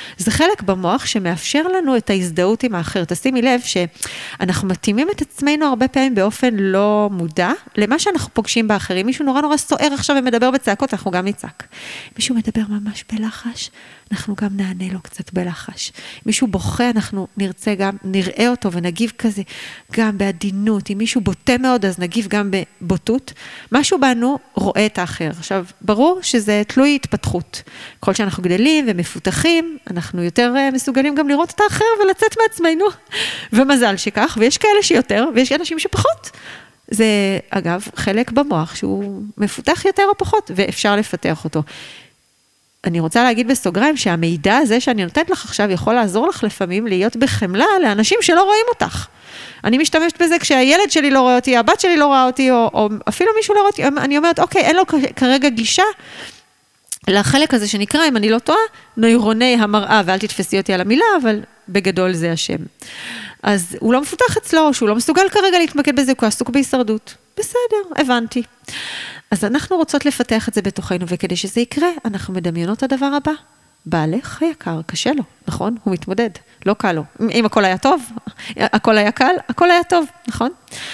זה חלק במוח שמאפשר לנו את ההזדהות עם האחר. תשימי לב שאנחנו מתאימים את עצמנו הרבה פעמים באופן לא מודע, למה שאנחנו פוגשים באחרים. מישהו נורא נורא סוער עכשיו ומדבר בצעקות, אנחנו גם נצעק. מישהו מדבר ממש בלחש, אנחנו גם נענה לו קצת בלחש. מישהו בוכה, אנחנו נרצה גם, נראה אותו ונגיב כזה, גם בעדינות. אם מישהו בוטה מאוד, אז נגיב גם בבוטות. משהו בנו רואה את האחר. עכשיו, ברור שזה תלוי התפתחות. כל שאנחנו גדלים ומפותחים, אנחנו יותר מסוגלים גם לראות את האחר ולצאת מעצמנו. ומזל שכך, ויש כאלה שיותר, ויש אנשים שפחות. זה, אגב, חלק במוח שהוא מפותח יותר או פחות, ואפשר לפתח אותו. אני רוצה להגיד בסוגריים שהמידע הזה שאני נותנת לך עכשיו יכול לעזור לך לפעמים להיות בחמלה לאנשים שלא רואים אותך. אני משתמשת בזה כשהילד שלי לא רואה אותי, הבת שלי לא רואה אותי, או, או אפילו מישהו לא רואה אותי, אני אומרת, אוקיי, אין לו כרגע גישה לחלק הזה שנקרא, אם אני לא טועה, נוירוני המראה, ואל תתפסי אותי על המילה, אבל בגדול זה השם. אז הוא לא מפותח אצלו, שהוא לא מסוגל כרגע להתמקד בזה, הוא עסוק בהישרדות. בסדר, הבנתי. אז אנחנו רוצות לפתח את זה בתוכנו, וכדי שזה יקרה, אנחנו מדמיינות את הדבר הבא. בעלך היקר, קשה לו, נכון? הוא מתמודד, לא קל לו. אם הכל היה טוב, הכל היה קל, הכל היה טוב, נכון?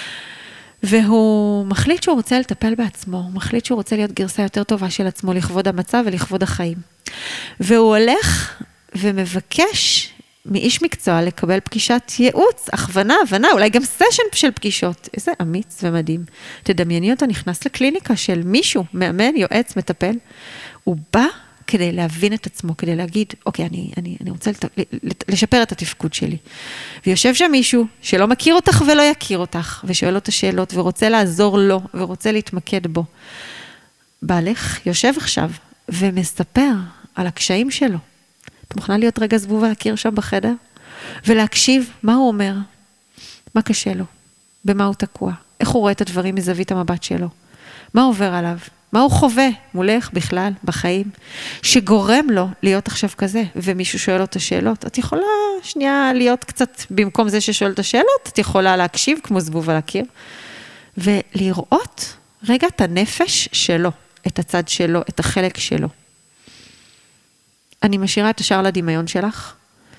והוא מחליט שהוא רוצה לטפל בעצמו, הוא מחליט שהוא רוצה להיות גרסה יותר טובה של עצמו, לכבוד המצב ולכבוד החיים. והוא הולך ומבקש מאיש מקצוע לקבל פגישת ייעוץ, הכוונה, הבנה, אולי גם סשן של פגישות. איזה אמיץ ומדהים. תדמייני אותו נכנס לקליניקה של מישהו, מאמן, יועץ, מטפל. הוא בא כדי להבין את עצמו, כדי להגיד, אוקיי, אני, אני, אני רוצה לשפר את התפקוד שלי. ויושב שם מישהו שלא מכיר אותך ולא יכיר אותך, ושואל לו את השאלות, ורוצה לעזור לו, ורוצה להתמקד בו. בעלך יושב עכשיו, ומספר על הקשיים שלו. את מוכנה להיות רגע זבובה להכיר שם בחדר, ולהקשיב מה הוא אומר, מה קשה לו, במה הוא תקוע, איך הוא רואה את הדברים מזווית המבט שלו, מה עובר עליו, מה הוא חווה מולך בכלל בחיים, שגורם לו להיות עכשיו כזה, ומישהו שואל לו את השאלות, את יכולה שנייה להיות קצת, במקום זה ששואל את השאלות, את יכולה להקשיב כמו זבובה להכיר, ולראות רגע את הנפש שלו, את הצד שלו, את החלק שלו. אני משאירה את השאר לדמיון שלך,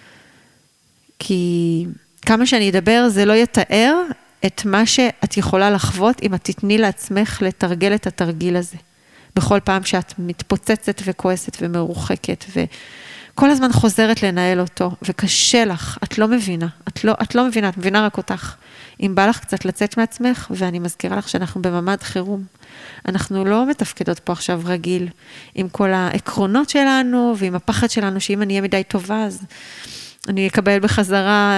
כי כמה שאני אדבר, זה לא יתאר את מה שאת יכולה לחוות, אם את תתני לעצמך לתרגל את התרגיל הזה. בכל פעם שאת מתפוצצת וכועסת ומרוחקת, וכל הזמן חוזרת לנהל אותו, וקשה לך, את לא מבינה, את לא, את לא מבינה, את מבינה רק אותך. אם בא לך קצת לצאת מעצמך, ואני מזכירה לך שאנחנו בממד חירום, אנחנו לא מתפקדות פה עכשיו רגיל, עם כל העקרונות שלנו, ועם הפחד שלנו, שאם אני אהיה מדי טובה, אז אני אקבל בחזרה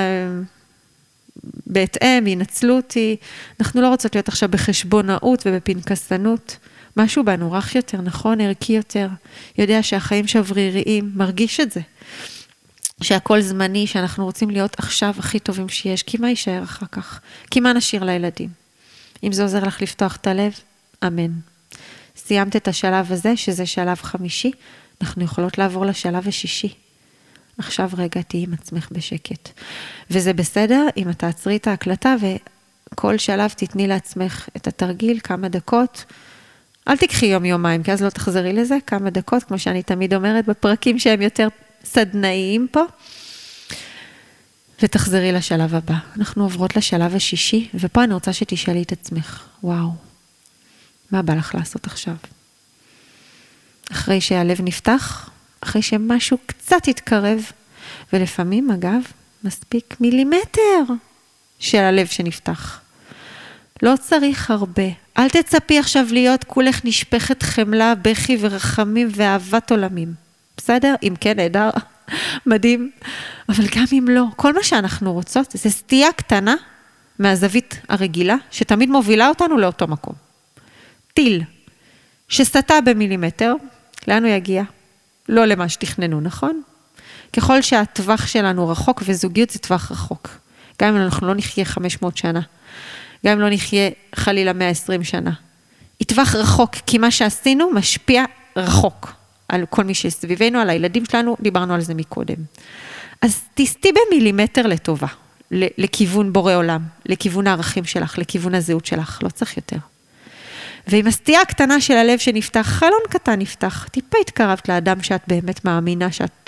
בהתאם, ינצלו אותי. אנחנו לא רוצות להיות עכשיו בחשבונאות ובפנקסנות. משהו בנו רך יותר, נכון, ערכי יותר. יודע שהחיים שבריריים, מרגיש את זה. שהכל זמני, שאנחנו רוצים להיות עכשיו הכי טובים שיש. כי מה יישאר אחר כך? כי מה נשאיר לילדים? אם זה עוזר לך לפתוח את הלב, אמן. סיימת את השלב הזה, שזה שלב חמישי, אנחנו יכולות לעבור לשלב השישי. עכשיו רגע תהי עם עצמך בשקט. וזה בסדר אם את תעצרי את ההקלטה, וכל שלב תתני לעצמך את התרגיל, כמה דקות. אל תקחי יום יומיים, כי אז לא תחזרי לזה, כמה דקות, כמו שאני תמיד אומרת, בפרקים שהם יותר סדנאיים פה. ותחזרי לשלב הבא. אנחנו עוברות לשלב השישי, ופה אני רוצה שתשאלי את עצמך, וואו, מה בא לך לעשות עכשיו? אחרי שהלב נפתח, אחרי שמשהו קצת יתקרב, ולפעמים, אגב, מספיק מילימטר של הלב שנפתח. לא צריך הרבה. אל תצפי עכשיו להיות כולך נשפכת חמלה, בכי ורחמים ואהבת עולמים. בסדר? אם כן, נהדר, מדהים. אבל גם אם לא, כל מה שאנחנו רוצות, זה סטייה קטנה מהזווית הרגילה, שתמיד מובילה אותנו לאותו מקום. טיל, שסטה במילימטר, לאן הוא יגיע? לא למה שתכננו, נכון? ככל שהטווח שלנו רחוק, וזוגיות זה טווח רחוק. גם אם אנחנו לא נחיה חמש מאות שנה, גם אם לא נחיה חלילה מאה ועשרים שנה. היא טווח רחוק, כי מה שעשינו משפיע רחוק על כל מי שסביבנו, על הילדים שלנו, דיברנו על זה מקודם. אז תסתי במילימטר לטובה, לכיוון בורא עולם, לכיוון הערכים שלך, לכיוון הזהות שלך, לא צריך יותר. ועם הסטייה הקטנה של הלב שנפתח, חלון קטן נפתח, טיפה התקרבת לאדם שאת באמת מאמינה שאת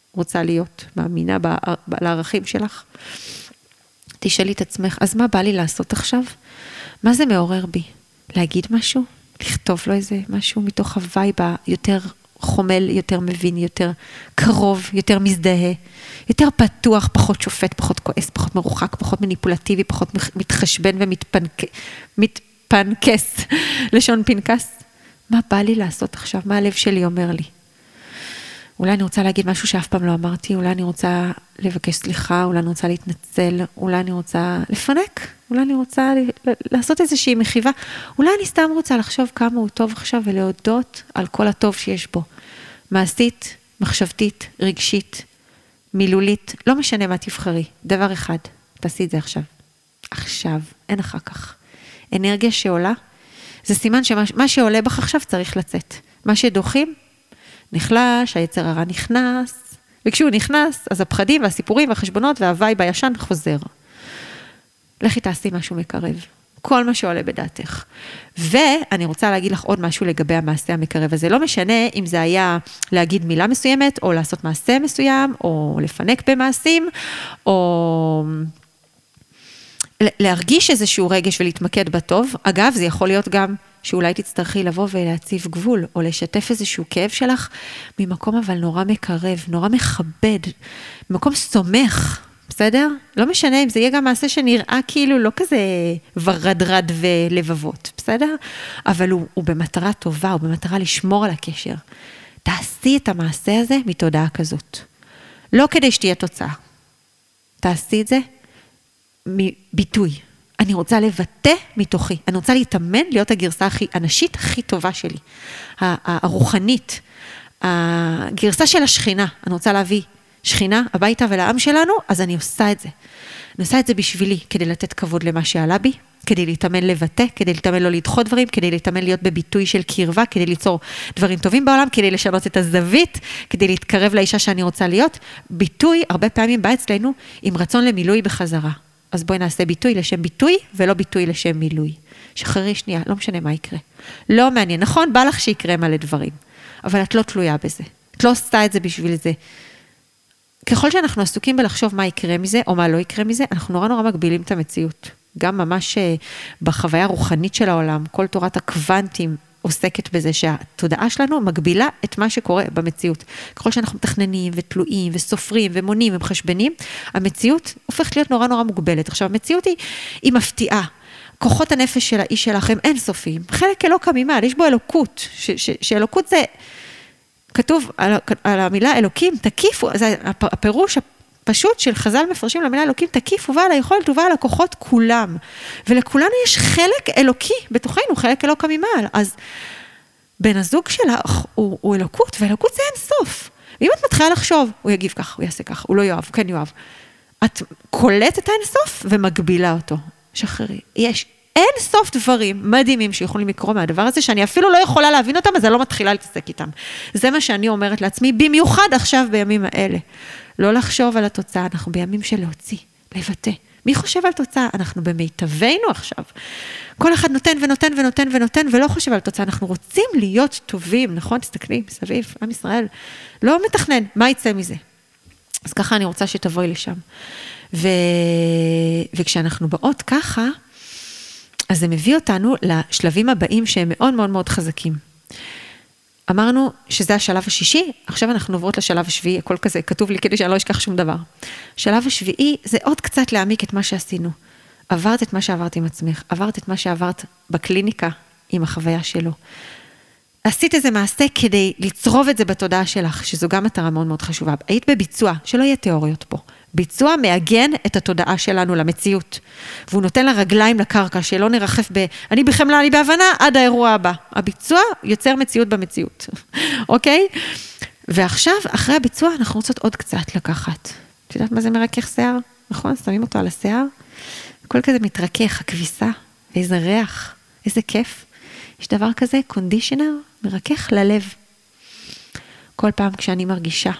רוצה להיות, מאמינה לערכים שלך. תשאלי את עצמך, אז מה בא לי לעשות עכשיו? מה זה מעורר בי? להגיד משהו? לכתוב לו איזה משהו מתוך הווייב יותר חומל, יותר מבין, יותר קרוב, יותר מזדהה, יותר פתוח, פחות שופט, פחות כועס, פחות מרוחק, פחות מניפולטיבי, פחות מתחשבן ומתפנקס, לשון פנקס. מה בא לי לעשות עכשיו? מה הלב שלי אומר לי? אולי אני רוצה להגיד משהו שאף פעם לא אמרתי, אולי אני רוצה לבקש סליחה, אולי אני רוצה להתנצל, אולי אני רוצה לפנק, אולי אני רוצה לעשות איזושהי מחיבה, אולי אני סתם רוצה לחשוב כמה הוא טוב עכשיו ולהודות על כל הטוב שיש בו. מעשית, מחשבתית, רגשית, מילולית, לא משנה מה תבחרי, דבר אחד, תעשי את זה עכשיו. עכשיו, אין אחר כך. אנרגיה שעולה, זה סימן שמה שעולה בך עכשיו צריך לצאת. מה שדוחים, נחלש, היצר הרע נכנס, וכשהוא נכנס, אז הפחדים והסיפורים והחשבונות והווייב הישן חוזר. לכי תעשי משהו מקרב, כל מה שעולה בדעתך. ואני רוצה להגיד לך עוד משהו לגבי המעשה המקרב הזה. לא משנה אם זה היה להגיד מילה מסוימת, או לעשות מעשה מסוים, או לפנק במעשים, או להרגיש איזשהו רגש ולהתמקד בטוב. אגב, זה יכול להיות גם שאולי תצטרכי לבוא ולהציב גבול, או לשתף איזשהו כאב שלך, ממקום אבל נורא מקרב, נורא מכבד, ממקום סומך, בסדר? לא משנה אם זה יהיה גם מעשה שנראה כאילו לא כזה ורדרד ולבבות, בסדר? אבל הוא, הוא במטרה טובה, הוא במטרה לשמור על הקשר. תעשי את המעשה הזה מתודעה כזאת. לא כדי שתהיה תוצאה. תעשי את זה מביטוי. אני רוצה לבטא מתוכי, אני רוצה להתאמן להיות הגרסה הכי, הנשית הכי טובה שלי, הרוחנית, הגרסה של השכינה, אני רוצה להביא שכינה הביתה ולעם שלנו, אז אני עושה את זה. אני עושה את זה בשבילי, כדי לתת כבוד למה שעלה בי, כדי להתאמן לבטא, כדי להתאמן לא לדחות דברים, כדי להתאמן להיות בביטוי של קרבה, כדי ליצור דברים טובים בעולם, כדי לשנות את הזווית, כדי להתקרב לאישה שאני רוצה להיות. ביטוי, הרבה פעמים בא אצלנו, עם רצון למילוי בחזרה. אז בואי נעשה ביטוי לשם ביטוי, ולא ביטוי לשם מילוי. שחררי שנייה, לא משנה מה יקרה. לא מעניין, נכון? בא לך שיקרה מלא דברים, אבל את לא תלויה בזה. את לא עושה את זה בשביל זה. ככל שאנחנו עסוקים בלחשוב מה יקרה מזה, או מה לא יקרה מזה, אנחנו נורא נורא מגבילים את המציאות. גם ממש בחוויה הרוחנית של העולם, כל תורת הקוונטים עוסקת בזה שהתודעה שלנו מגבילה את מה שקורה במציאות. ככל שאנחנו מתכננים ותלויים וסופרים ומונים ומחשבנים, המציאות הופכת להיות נורא נורא מוגבלת. עכשיו, המציאות היא, היא מפתיעה. כוחות הנפש של האיש שלכם אין סופיים. חלק אלוקא ממעל, יש בו אלוקות, ש- ש- שאלוקות זה, כתוב על, על המילה אלוקים, תקיפו, זה הפירוש הפשוט של חז"ל מפרשים למילה אלוקים, תקיפו ועל היכולת ובעל הכוחות כולם. ולכולנו יש חלק אלוקי בתוכנו, חלק אלוקא ממעל. אז בן הזוג שלך הוא, הוא אלוקות, ואלוקות זה אין סוף. ואם את מתחילה לחשוב, הוא יגיב כך, הוא יעשה כך, הוא לא יאהב, הוא כן יאהב. את קולטת את האין סוף ומגבילה אותו. שחררי. יש אין סוף דברים מדהימים שיכולים לקרוא מהדבר הזה, שאני אפילו לא יכולה להבין אותם, אז אני לא מתחילה להתעסק איתם. זה מה שאני אומרת לעצמי, במיוחד עכשיו בימים האלה. לא לחשוב על התוצאה, אנחנו בימים של להוציא, לבטא. מי חושב על תוצאה? אנחנו במיטבנו עכשיו. כל אחד נותן ונותן ונותן ונותן, ולא חושב על תוצאה. אנחנו רוצים להיות טובים, נכון? תסתכלי, מסביב, עם ישראל. לא מתכנן, מה יצא מזה? אז ככה אני רוצה שתבואי לשם. ו... וכשאנחנו באות ככה, אז זה מביא אותנו לשלבים הבאים שהם מאוד מאוד מאוד חזקים. אמרנו שזה השלב השישי, עכשיו אנחנו עוברות לשלב השביעי, הכל כזה כתוב לי כדי שאני לא אשכח שום דבר. שלב השביעי זה עוד קצת להעמיק את מה שעשינו. עברת את מה שעברת עם עצמך, עברת את מה שעברת בקליניקה עם החוויה שלו. עשית איזה מעשה כדי לצרוב את זה בתודעה שלך, שזו גם מטרה מאוד מאוד חשובה. היית בביצוע, שלא יהיה תיאוריות פה. ביצוע מעגן את התודעה שלנו למציאות, והוא נותן לה רגליים לקרקע, שלא נרחף ב, אני בחמלה, אני בהבנה, עד האירוע הבא. הביצוע יוצר מציאות במציאות, אוקיי? ועכשיו, אחרי הביצוע, אנחנו רוצות עוד קצת לקחת. את יודעת מה זה מרכך שיער? נכון? שמים אותו על השיער, כל כזה מתרכך, הכביסה, ואיזה ריח, איזה כיף. יש דבר כזה, קונדישנר, מרכך ללב. כל פעם כשאני מרגישה,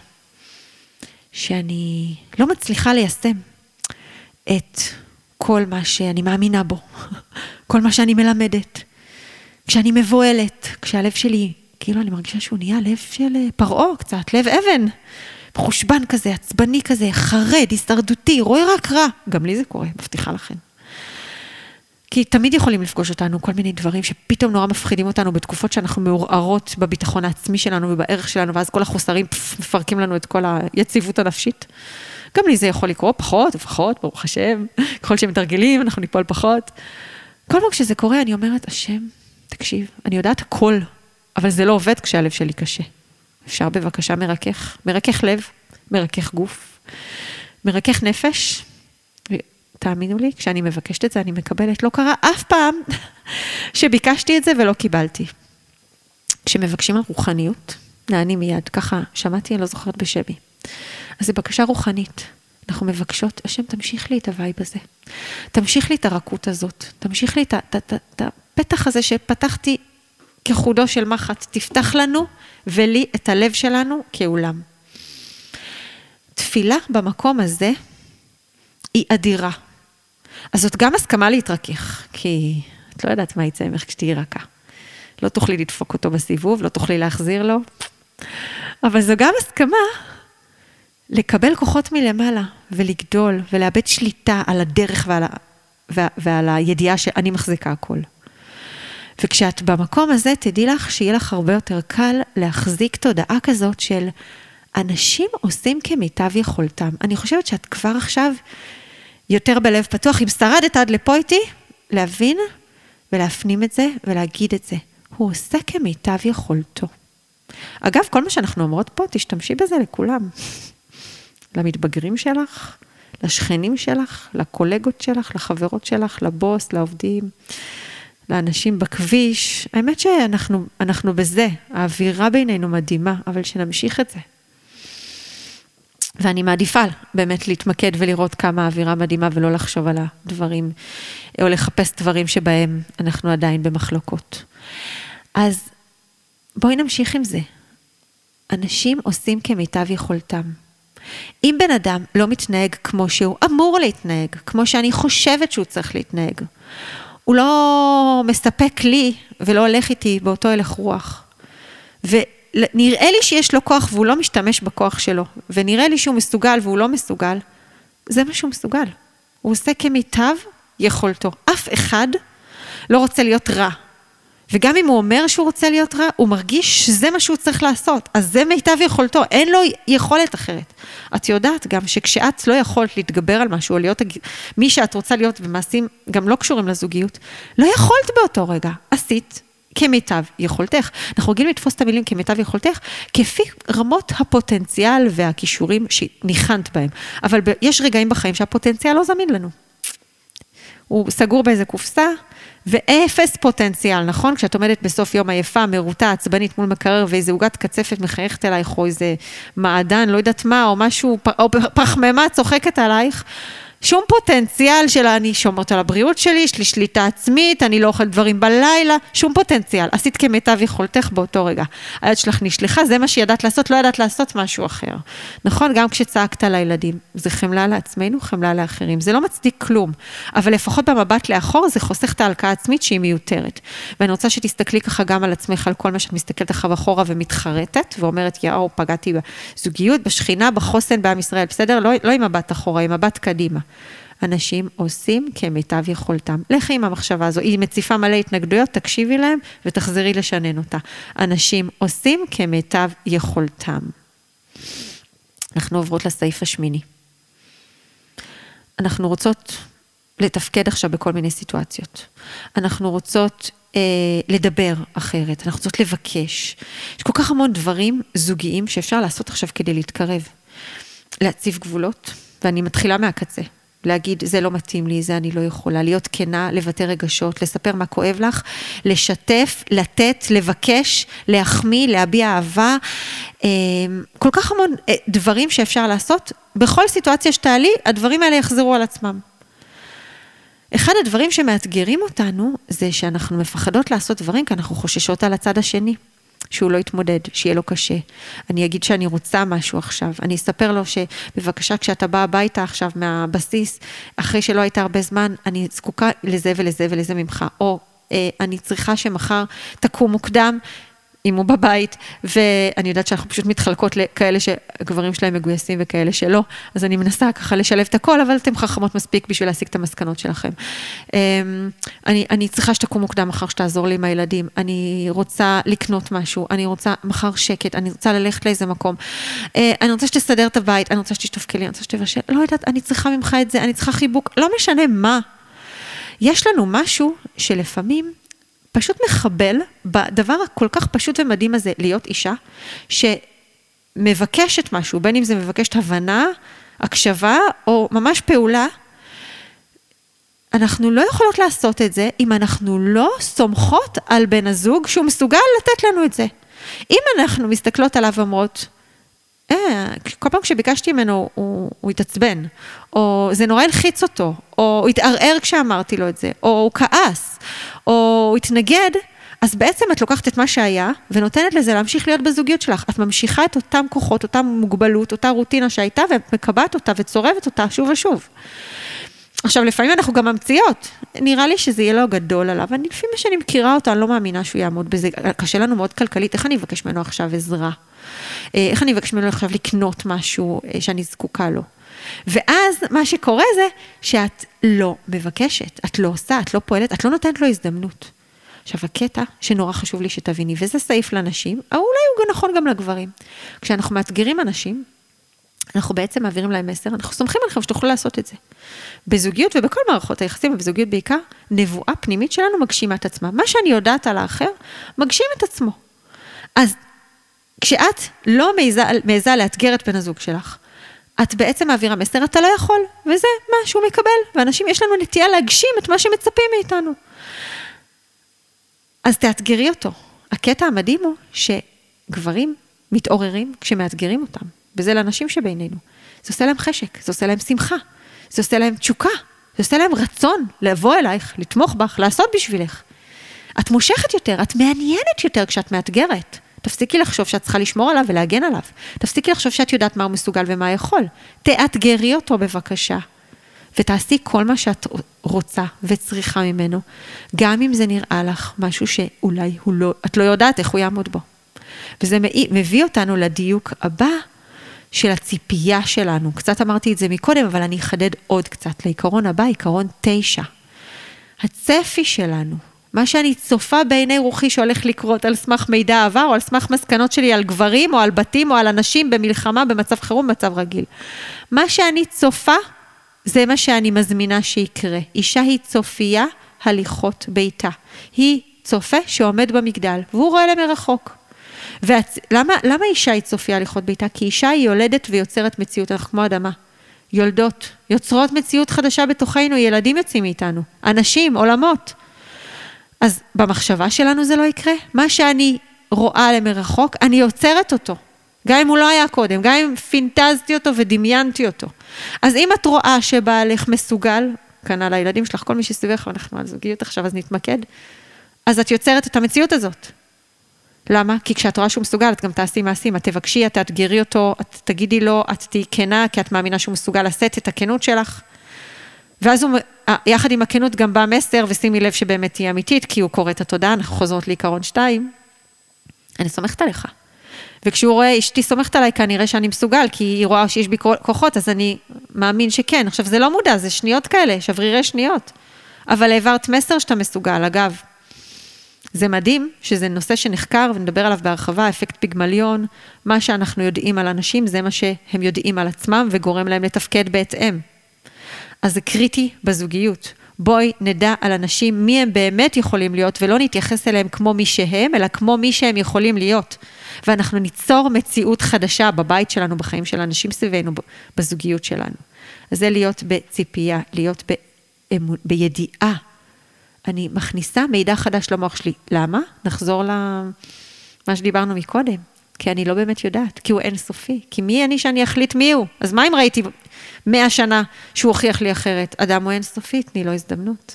שאני לא מצליחה ליישם את כל מה שאני מאמינה בו, כל מה שאני מלמדת, כשאני מבועלת, כשהלב שלי, כאילו אני מרגישה שהוא נהיה לב של פרעה קצת, לב אבן, חושבן כזה, עצבני כזה, חרד, הישרדותי, רואה רק רע. גם לי זה קורה, מבטיחה לכם. כי תמיד יכולים לפגוש אותנו כל מיני דברים שפתאום נורא מפחידים אותנו בתקופות שאנחנו מעורערות בביטחון העצמי שלנו ובערך שלנו, ואז כל החוסרים פף, מפרקים לנו את כל היציבות הנפשית. גם לי זה יכול לקרות פחות ופחות, ברוך השם, ככל שמתרגלים אנחנו ניפול פחות. כל פעם כשזה קורה אני אומרת, השם, תקשיב, אני יודעת הכל, אבל זה לא עובד כשהלב שלי קשה. אפשר בבקשה מרכך, מרכך לב, מרכך גוף, מרכך נפש, תאמינו לי, כשאני מבקשת את זה, אני מקבלת. לא קרה אף פעם שביקשתי את זה ולא קיבלתי. כשמבקשים על רוחניות, נעני מיד, ככה שמעתי, אני לא זוכרת בשבי. אז זה בקשה רוחנית. אנחנו מבקשות, השם, תמשיך לי את הווייב הזה. תמשיך לי את הרכות הזאת. תמשיך לי את, את, את, את הפתח הזה שפתחתי כחודו של מחט. תפתח לנו ולי את הלב שלנו כאולם. תפילה במקום הזה היא אדירה. אז זאת גם הסכמה להתרכך, כי את לא יודעת מה יצא ממך כשתהי רכה. לא תוכלי לדפוק אותו בסיבוב, לא תוכלי להחזיר לו. אבל זו גם הסכמה לקבל כוחות מלמעלה, ולגדול, ולאבד שליטה על הדרך ועל, ה... ועל הידיעה שאני מחזיקה הכל. וכשאת במקום הזה, תדעי לך שיהיה לך הרבה יותר קל להחזיק תודעה כזאת של אנשים עושים כמיטב יכולתם. אני חושבת שאת כבר עכשיו יותר בלב פתוח, אם שרדת עד לפה איתי, להבין ולהפנים את זה ולהגיד את זה. הוא עושה כמיטב יכולתו. אגב, כל מה שאנחנו אומרות פה, תשתמשי בזה לכולם. למתבגרים שלך, לשכנים שלך, לקולגות שלך, לחברות שלך, לבוס, לעובדים, לאנשים בכביש. האמת שאנחנו אנחנו בזה, האווירה בינינו מדהימה, אבל שנמשיך את זה. ואני מעדיפה באמת להתמקד ולראות כמה האווירה מדהימה ולא לחשוב על הדברים, או לחפש דברים שבהם אנחנו עדיין במחלוקות. אז בואי נמשיך עם זה. אנשים עושים כמיטב יכולתם. אם בן אדם לא מתנהג כמו שהוא אמור להתנהג, כמו שאני חושבת שהוא צריך להתנהג, הוא לא מספק לי ולא הולך איתי באותו הלך רוח. ונראה לי שיש לו כוח והוא לא משתמש בכוח שלו, ונראה לי שהוא מסוגל והוא לא מסוגל, זה מה שהוא מסוגל. הוא עושה כמיטב יכולתו. אף אחד לא רוצה להיות רע. וגם אם הוא אומר שהוא רוצה להיות רע, הוא מרגיש שזה מה שהוא צריך לעשות. אז זה מיטב יכולתו, אין לו יכולת אחרת. את יודעת גם שכשאת לא יכולת להתגבר על משהו, או להיות מי שאת רוצה להיות במעשים גם לא קשורים לזוגיות, לא יכולת באותו רגע. עשית כמיטב יכולתך. אנחנו רגילים לתפוס את המילים כמיטב יכולתך, כפי רמות הפוטנציאל והכישורים שניחנת בהם. אבל יש רגעים בחיים שהפוטנציאל לא זמין לנו. הוא סגור באיזה קופסה, ואפס פוטנציאל, נכון? כשאת עומדת בסוף יום עייפה, מרוטה, עצבנית מול מקרר, ואיזה עוגת קצפת מחייכת אלייך, או איזה מעדן, לא יודעת מה, או משהו, או פחמימה צוחקת עלייך, שום פוטנציאל של אני שומרת על הבריאות שלי, יש לי שליטה עצמית, אני לא אוכל דברים בלילה, שום פוטנציאל. עשית כמיטב יכולתך באותו רגע. היד שלך נשלחה, זה מה שידעת לעשות, לא ידעת לעשות משהו אחר. נכון? גם כשצעקת לילדים, זה חמלה לעצמנו, חמלה לאחרים. זה לא מצדיק כלום, אבל לפחות במבט לאחור, זה חוסך את ההלקאה העצמית שהיא מיותרת. ואני רוצה שתסתכלי ככה גם על עצמך, על כל מה שאת מסתכלת אחר אחורה ומתחרטת, ואומרת, יאו, פגעתי בזוגיות, בשכינה, בחוסן בעם ישראל, בסדר? לא, לא עם מבט אחורה, עם מבט קדימה. אנשים עושים כמיטב יכולתם. לכי עם המחשבה הזו, היא מציפה מלא התנגדויות, תקשיבי להם ותחזרי לשנן אותה. אנשים עושים כמיטב יכולתם. אנחנו עוברות לסעיף השמיני. אנחנו רוצות לתפקד עכשיו בכל מיני סיטואציות. אנחנו רוצות אה, לדבר אחרת, אנחנו רוצות לבקש. יש כל כך המון דברים זוגיים שאפשר לעשות עכשיו כדי להתקרב. להציב גבולות, ואני מתחילה מהקצה. להגיד, זה לא מתאים לי, זה אני לא יכולה, להיות כנה, לבטא רגשות, לספר מה כואב לך, לשתף, לתת, לבקש, להחמיא, להביע אהבה, כל כך המון דברים שאפשר לעשות, בכל סיטואציה שתעלי, הדברים האלה יחזרו על עצמם. אחד הדברים שמאתגרים אותנו, זה שאנחנו מפחדות לעשות דברים, כי אנחנו חוששות על הצד השני. שהוא לא יתמודד, שיהיה לו קשה. אני אגיד שאני רוצה משהו עכשיו. אני אספר לו שבבקשה, כשאתה בא הביתה עכשיו מהבסיס, אחרי שלא היית הרבה זמן, אני זקוקה לזה ולזה ולזה ממך. או אה, אני צריכה שמחר תקום מוקדם, אם הוא בבית, ואני יודעת שאנחנו פשוט מתחלקות לכאלה שגברים שלהם מגויסים וכאלה שלא, אז אני מנסה ככה לשלב את הכל, אבל אתם חכמות מספיק בשביל להשיג את המסקנות שלכם. אני, אני צריכה שתקום מוקדם מחר שתעזור לי עם הילדים, אני רוצה לקנות משהו, אני רוצה מחר שקט, אני רוצה ללכת לאיזה מקום, אני רוצה שתסדר את הבית, אני רוצה שתשטוף כלי, אני רוצה שתבשל, לא יודעת, אני צריכה ממך את זה, אני צריכה חיבוק, לא משנה מה. יש לנו משהו שלפעמים פשוט מחבל בדבר הכל כך פשוט ומדהים הזה, להיות אישה שמבקשת משהו, בין אם זה מבקשת הבנה, הקשבה, או ממש פעולה, אנחנו לא יכולות לעשות את זה, אם אנחנו לא סומכות על בן הזוג, שהוא מסוגל לתת לנו את זה. אם אנחנו מסתכלות עליו ואומרות, אה, כל פעם כשביקשתי ממנו, הוא, הוא התעצבן, או זה נורא הלחיץ אותו, או הוא התערער כשאמרתי לו את זה, או הוא כעס, או הוא התנגד, אז בעצם את לוקחת את מה שהיה, ונותנת לזה להמשיך להיות בזוגיות שלך. את ממשיכה את אותם כוחות, אותם מוגבלות, אותה רוטינה שהייתה, ומקבעת אותה וצורבת אותה שוב ושוב. עכשיו, לפעמים אנחנו גם ממציאות. נראה לי שזה יהיה לא גדול עליו, ואני לפעמים שאני מכירה אותו, אני לא מאמינה שהוא יעמוד בזה. קשה לנו מאוד כלכלית. איך אני אבקש ממנו עכשיו עזרה? איך אני אבקש ממנו עכשיו לקנות משהו שאני זקוקה לו? ואז מה שקורה זה שאת לא מבקשת, את לא עושה, את לא פועלת, את לא נותנת לו הזדמנות. עכשיו, הקטע שנורא חשוב לי שתביני, וזה סעיף לנשים, אולי הוא נכון גם לגברים. כשאנחנו מאתגרים אנשים, אנחנו בעצם מעבירים להם מסר, אנחנו סומכים עליכם שתוכלו לעשות את זה. בזוגיות ובכל מערכות היחסים, ובזוגיות בעיקר, נבואה פנימית שלנו מגשימה את עצמה. מה שאני יודעת על האחר, מגשים את עצמו. אז כשאת לא מעיזה, מעיזה לאתגר את בן הזוג שלך, את בעצם מעבירה מסר, אתה לא יכול, וזה מה שהוא מקבל. ואנשים, יש לנו נטייה להגשים את מה שמצפים מאיתנו. אז תאתגרי אותו. הקטע המדהים הוא שגברים מתעוררים כשמאתגרים אותם. וזה לאנשים שבינינו. זה עושה להם חשק, זה עושה להם שמחה, זה עושה להם תשוקה, זה עושה להם רצון לבוא אלייך, לתמוך בך, לעשות בשבילך. את מושכת יותר, את מעניינת יותר כשאת מאתגרת. תפסיקי לחשוב שאת צריכה לשמור עליו ולהגן עליו. תפסיקי לחשוב שאת יודעת מה הוא מסוגל ומה יכול. תאתגרי אותו בבקשה. ותעשי כל מה שאת רוצה וצריכה ממנו. גם אם זה נראה לך משהו שאולי הוא לא, את לא יודעת איך הוא יעמוד בו. וזה מביא אותנו לדיוק הבא של הציפייה שלנו. קצת אמרתי את זה מקודם, אבל אני אחדד עוד קצת. לעיקרון הבא, עיקרון תשע. הצפי שלנו, מה שאני צופה בעיני רוחי שהולך לקרות על סמך מידע עבר, או על סמך מסקנות שלי על גברים, או על בתים, או על אנשים במלחמה, במצב חירום, במצב רגיל. מה שאני צופה, זה מה שאני מזמינה שיקרה. אישה היא צופייה הליכות ביתה. היא צופה שעומד במגדל, והוא רואה למרחוק. ולמה, למה אישה היא צופייה הליכות ביתה? כי אישה היא יולדת ויוצרת מציאות, אנחנו כמו אדמה. יולדות, יוצרות מציאות חדשה בתוכנו, ילדים יוצאים מאיתנו, אנשים, עולמות. אז במחשבה שלנו זה לא יקרה. מה שאני רואה למרחוק, אני יוצרת אותו. גם אם הוא לא היה קודם, גם אם פינטזתי אותו ודמיינתי אותו. אז אם את רואה שבעלך מסוגל, כאן על הילדים שלך, כל מי שסביבך, ואנחנו על זוגיות עכשיו, אז נתמקד, אז את יוצרת את המציאות הזאת. למה? כי כשאת רואה שהוא מסוגל, את גם תעשי מעשים, את תבקשי, את תאתגרי אותו, את תגידי לו, את תהי כנה, כי את מאמינה שהוא מסוגל לשאת את הכנות שלך. ואז הוא, יחד עם הכנות גם בא מסר, ושימי לב שבאמת תהיה אמיתית, כי הוא קורא את התודעה, אנחנו חוזרות לעיקרון שתיים, אני סומכת עליך. וכשהוא רואה, אשתי סומכת עליי, כנראה שאני מסוגל, כי היא רואה שיש בי כוחות, אז אני מאמין שכן. עכשיו, זה לא מודע, זה שניות כאלה, שברירי שניות. אבל העברת מסר שאתה מסוגל. אגב, זה מדהים שזה נושא שנחקר, ונדבר עליו בהרחבה, אפקט פיגמליון, מה שאנחנו יודעים על אנשים, זה מה שהם יודעים על עצמם, וגורם להם לתפקד בהתאם. אז זה קריטי בזוגיות. בואי נדע על אנשים מי הם באמת יכולים להיות, ולא נתייחס אליהם כמו מי שהם, אלא כמו מי שהם יכולים להיות. ואנחנו ניצור מציאות חדשה בבית שלנו, בחיים של אנשים סביבנו, בזוגיות שלנו. אז זה להיות בציפייה, להיות באמון, בידיעה. אני מכניסה מידע חדש למוח שלי. למה? נחזור למה שדיברנו מקודם. כי אני לא באמת יודעת, כי הוא אינסופי. כי מי אני שאני אחליט מי הוא? אז מה אם ראיתי מאה שנה שהוא הוכיח לי אחרת? אדם הוא אינסופי, תני לו הזדמנות.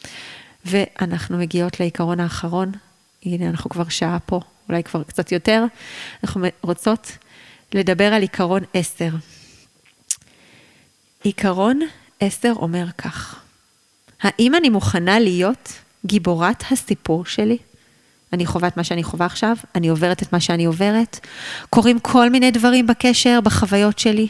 ואנחנו מגיעות לעיקרון האחרון. הנה, אנחנו כבר שעה פה, אולי כבר קצת יותר. אנחנו רוצות לדבר על עיקרון עשר. עיקרון עשר אומר כך. האם אני מוכנה להיות גיבורת הסיפור שלי? אני חווה את מה שאני חווה עכשיו, אני עוברת את מה שאני עוברת, קורים כל מיני דברים בקשר, בחוויות שלי.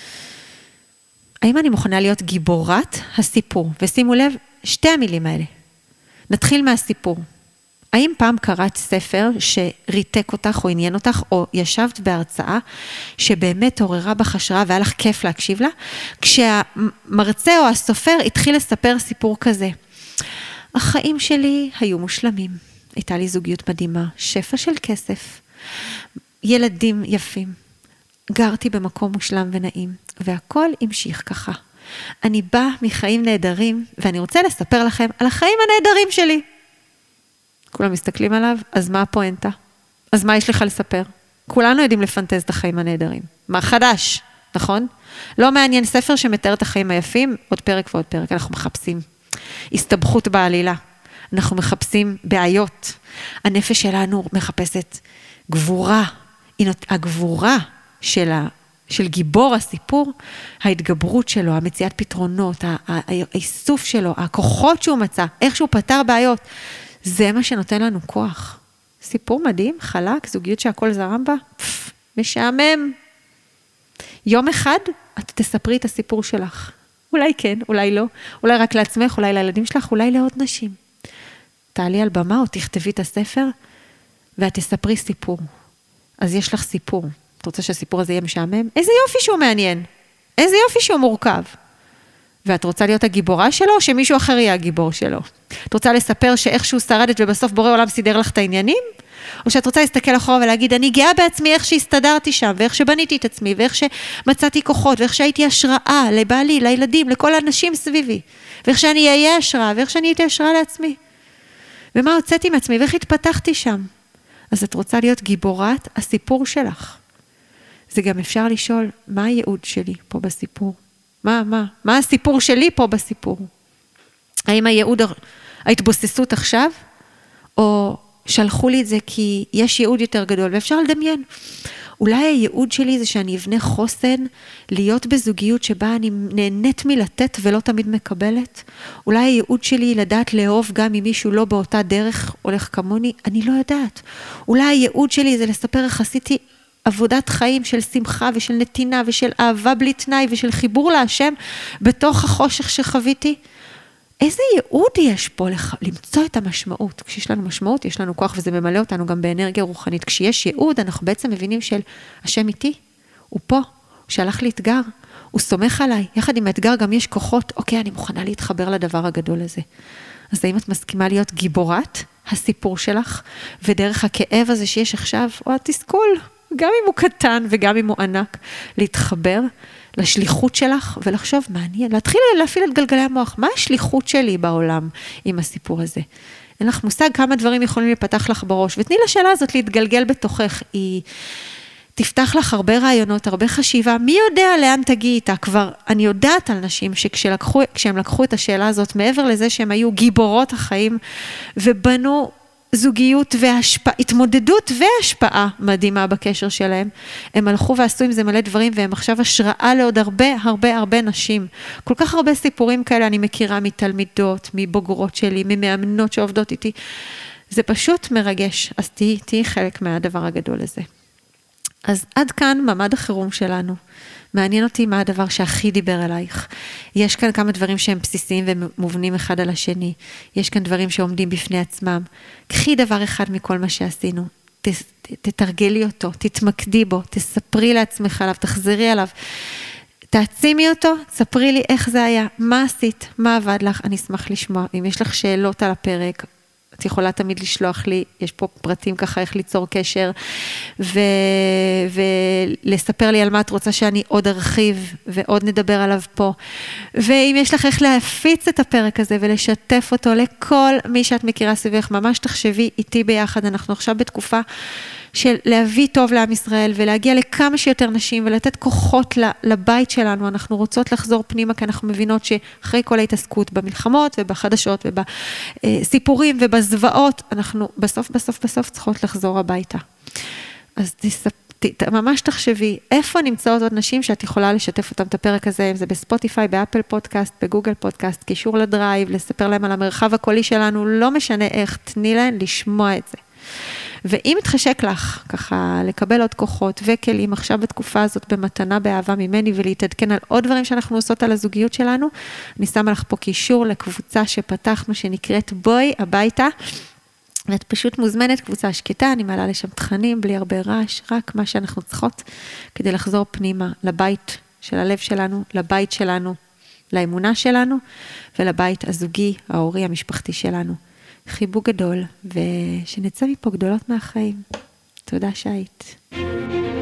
האם אני מוכנה להיות גיבורת הסיפור? ושימו לב, שתי המילים האלה. נתחיל מהסיפור. האם פעם קראת ספר שריתק אותך או עניין אותך, או ישבת בהרצאה שבאמת עוררה בך השראה והיה לך כיף להקשיב לה? כשהמרצה או הסופר התחיל לספר סיפור כזה. החיים שלי היו מושלמים. הייתה לי זוגיות מדהימה, שפע של כסף, ילדים יפים. גרתי במקום מושלם ונעים, והכל המשיך ככה. אני באה מחיים נהדרים, ואני רוצה לספר לכם על החיים הנהדרים שלי. כולם מסתכלים עליו, אז מה הפואנטה? אז מה יש לך לספר? כולנו יודעים לפנטז את החיים הנהדרים. מה חדש, נכון? לא מעניין ספר שמתאר את החיים היפים, עוד פרק ועוד פרק, אנחנו מחפשים. הסתבכות בעלילה. אנחנו מחפשים בעיות. הנפש שלנו מחפשת גבורה. הגבורה של, ה, של גיבור הסיפור, ההתגברות שלו, המציאת פתרונות, האיסוף שלו, הכוחות שהוא מצא, איך שהוא פתר בעיות, זה מה שנותן לנו כוח. סיפור מדהים, חלק, זוגיות שהכל זרם בה, פף, משעמם. יום אחד את תספרי את הסיפור שלך. אולי כן, אולי לא. אולי רק לעצמך, אולי לילדים שלך, אולי לעוד נשים. תעלי על במה או תכתבי את הספר, ואת תספרי סיפור. אז יש לך סיפור. את רוצה שהסיפור הזה יהיה משעמם? איזה יופי שהוא מעניין. איזה יופי שהוא מורכב. ואת רוצה להיות הגיבורה שלו, או שמישהו אחר יהיה הגיבור שלו? את רוצה לספר שאיכשהו שרדת ובסוף בורא עולם סידר לך את העניינים? או שאת רוצה להסתכל אחורה ולהגיד, אני גאה בעצמי איך שהסתדרתי שם, ואיך שבניתי את עצמי, ואיך שמצאתי כוחות, ואיך שהייתי השראה לבעלי, לילדים, לכל האנשים סביבי, ואיך שאני אהיה השראה, ואיך שאני הייתי השראה לעצמי. ומה הוצאתי מעצמי, ואיך התפתחתי שם. אז את רוצה להיות גיבורת הסיפור שלך. זה גם אפשר לשאול, מה הייעוד שלי פה בסיפור? מה, מה? מה הסיפור שלי פה בסיפור? האם הייעוד, ההתבוססות עכשיו? או שלחו לי את זה כי יש ייעוד יותר גדול, ואפשר לדמיין. אולי הייעוד שלי זה שאני אבנה חוסן, להיות בזוגיות שבה אני נהנית מלתת ולא תמיד מקבלת. אולי הייעוד שלי לדעת לאהוב גם אם מישהו לא באותה דרך הולך כמוני, אני לא יודעת. אולי הייעוד שלי זה לספר איך עשיתי עבודת חיים של שמחה ושל נתינה ושל אהבה בלי תנאי ושל חיבור להשם בתוך החושך שחוויתי. איזה ייעוד יש פה לח... למצוא את המשמעות? כשיש לנו משמעות, יש לנו כוח וזה ממלא אותנו גם באנרגיה רוחנית. כשיש ייעוד, אנחנו בעצם מבינים של השם איתי, הוא פה, הוא שלח לי אתגר, הוא סומך עליי. יחד עם האתגר גם יש כוחות, אוקיי, אני מוכנה להתחבר לדבר הגדול הזה. אז האם את מסכימה להיות גיבורת הסיפור שלך, ודרך הכאב הזה שיש עכשיו, או התסכול, גם אם הוא קטן וגם אם הוא ענק, להתחבר לשליחות שלך ולחשוב מעניין, להתחיל להפעיל את גלגלי המוח, מה השליחות שלי בעולם עם הסיפור הזה? אין לך מושג כמה דברים יכולים להיפתח לך בראש, ותני לשאלה הזאת להתגלגל בתוכך, היא תפתח לך הרבה רעיונות, הרבה חשיבה, מי יודע לאן תגיעי איתה? כבר אני יודעת על נשים שכשהם לקחו את השאלה הזאת, מעבר לזה שהם היו גיבורות החיים, ובנו זוגיות והשפעה, התמודדות והשפעה מדהימה בקשר שלהם. הם הלכו ועשו עם זה מלא דברים, והם עכשיו השראה לעוד הרבה, הרבה, הרבה נשים. כל כך הרבה סיפורים כאלה אני מכירה מתלמידות, מבוגרות שלי, ממאמנות שעובדות איתי. זה פשוט מרגש. אז תהי, תהי חלק מהדבר הגדול הזה. אז עד כאן ממד החירום שלנו. מעניין אותי מה הדבר שהכי דיבר אלייך. יש כאן כמה דברים שהם בסיסיים ומובנים אחד על השני. יש כאן דברים שעומדים בפני עצמם. קחי דבר אחד מכל מה שעשינו. ת, ת, תתרגלי אותו, תתמקדי בו, תספרי לעצמך עליו, תחזרי עליו. תעצימי אותו, תספרי לי איך זה היה, מה עשית, מה עבד לך, אני אשמח לשמוע. אם יש לך שאלות על הפרק, את יכולה תמיד לשלוח לי, יש פה פרטים ככה איך ליצור קשר, ו... ולספר לי על מה את רוצה שאני עוד ארחיב, ועוד נדבר עליו פה. ואם יש לך איך להפיץ את הפרק הזה, ולשתף אותו לכל מי שאת מכירה סביבך, ממש תחשבי איתי ביחד, אנחנו עכשיו בתקופה של להביא טוב לעם ישראל, ולהגיע לכמה שיותר נשים, ולתת כוחות לבית שלנו, אנחנו רוצות לחזור פנימה, כי אנחנו מבינות שאחרי כל ההתעסקות במלחמות, ובחדשות, ובסיפורים, ובזוועות, אנחנו בסוף, בסוף, בסוף צריכות לחזור הביתה. אז תספ... ת... ממש תחשבי, איפה נמצאות עוד נשים, שאת יכולה לשתף אותם את הפרק הזה, אם זה בספוטיפיי, באפל פודקאסט, בגוגל פודקאסט, קישור לדרייב, לספר להם על המרחב הקולי שלנו, לא משנה איך, תני להם לשמוע את זה. ואם מתחשק לך, ככה, לקבל עוד כוחות וכלים עכשיו בתקופה הזאת במתנה באהבה ממני, ולהתעדכן על עוד דברים שאנחנו עושות על הזוגיות שלנו, אני שמה לך פה קישור לקבוצה שפתחנו, שנקראת בואי הביתה, ואת פשוט מוזמנת, קבוצה שקטה, אני מעלה לשם תכנים, בלי הרבה רעש, רק מה שאנחנו צריכות, כדי לחזור פנימה, לבית של הלב שלנו, לבית שלנו, לאמונה שלנו, ולבית הזוגי, ההורי, המשפחתי שלנו. חיבוק גדול, ושנצא מפה גדולות מהחיים. תודה שהיית.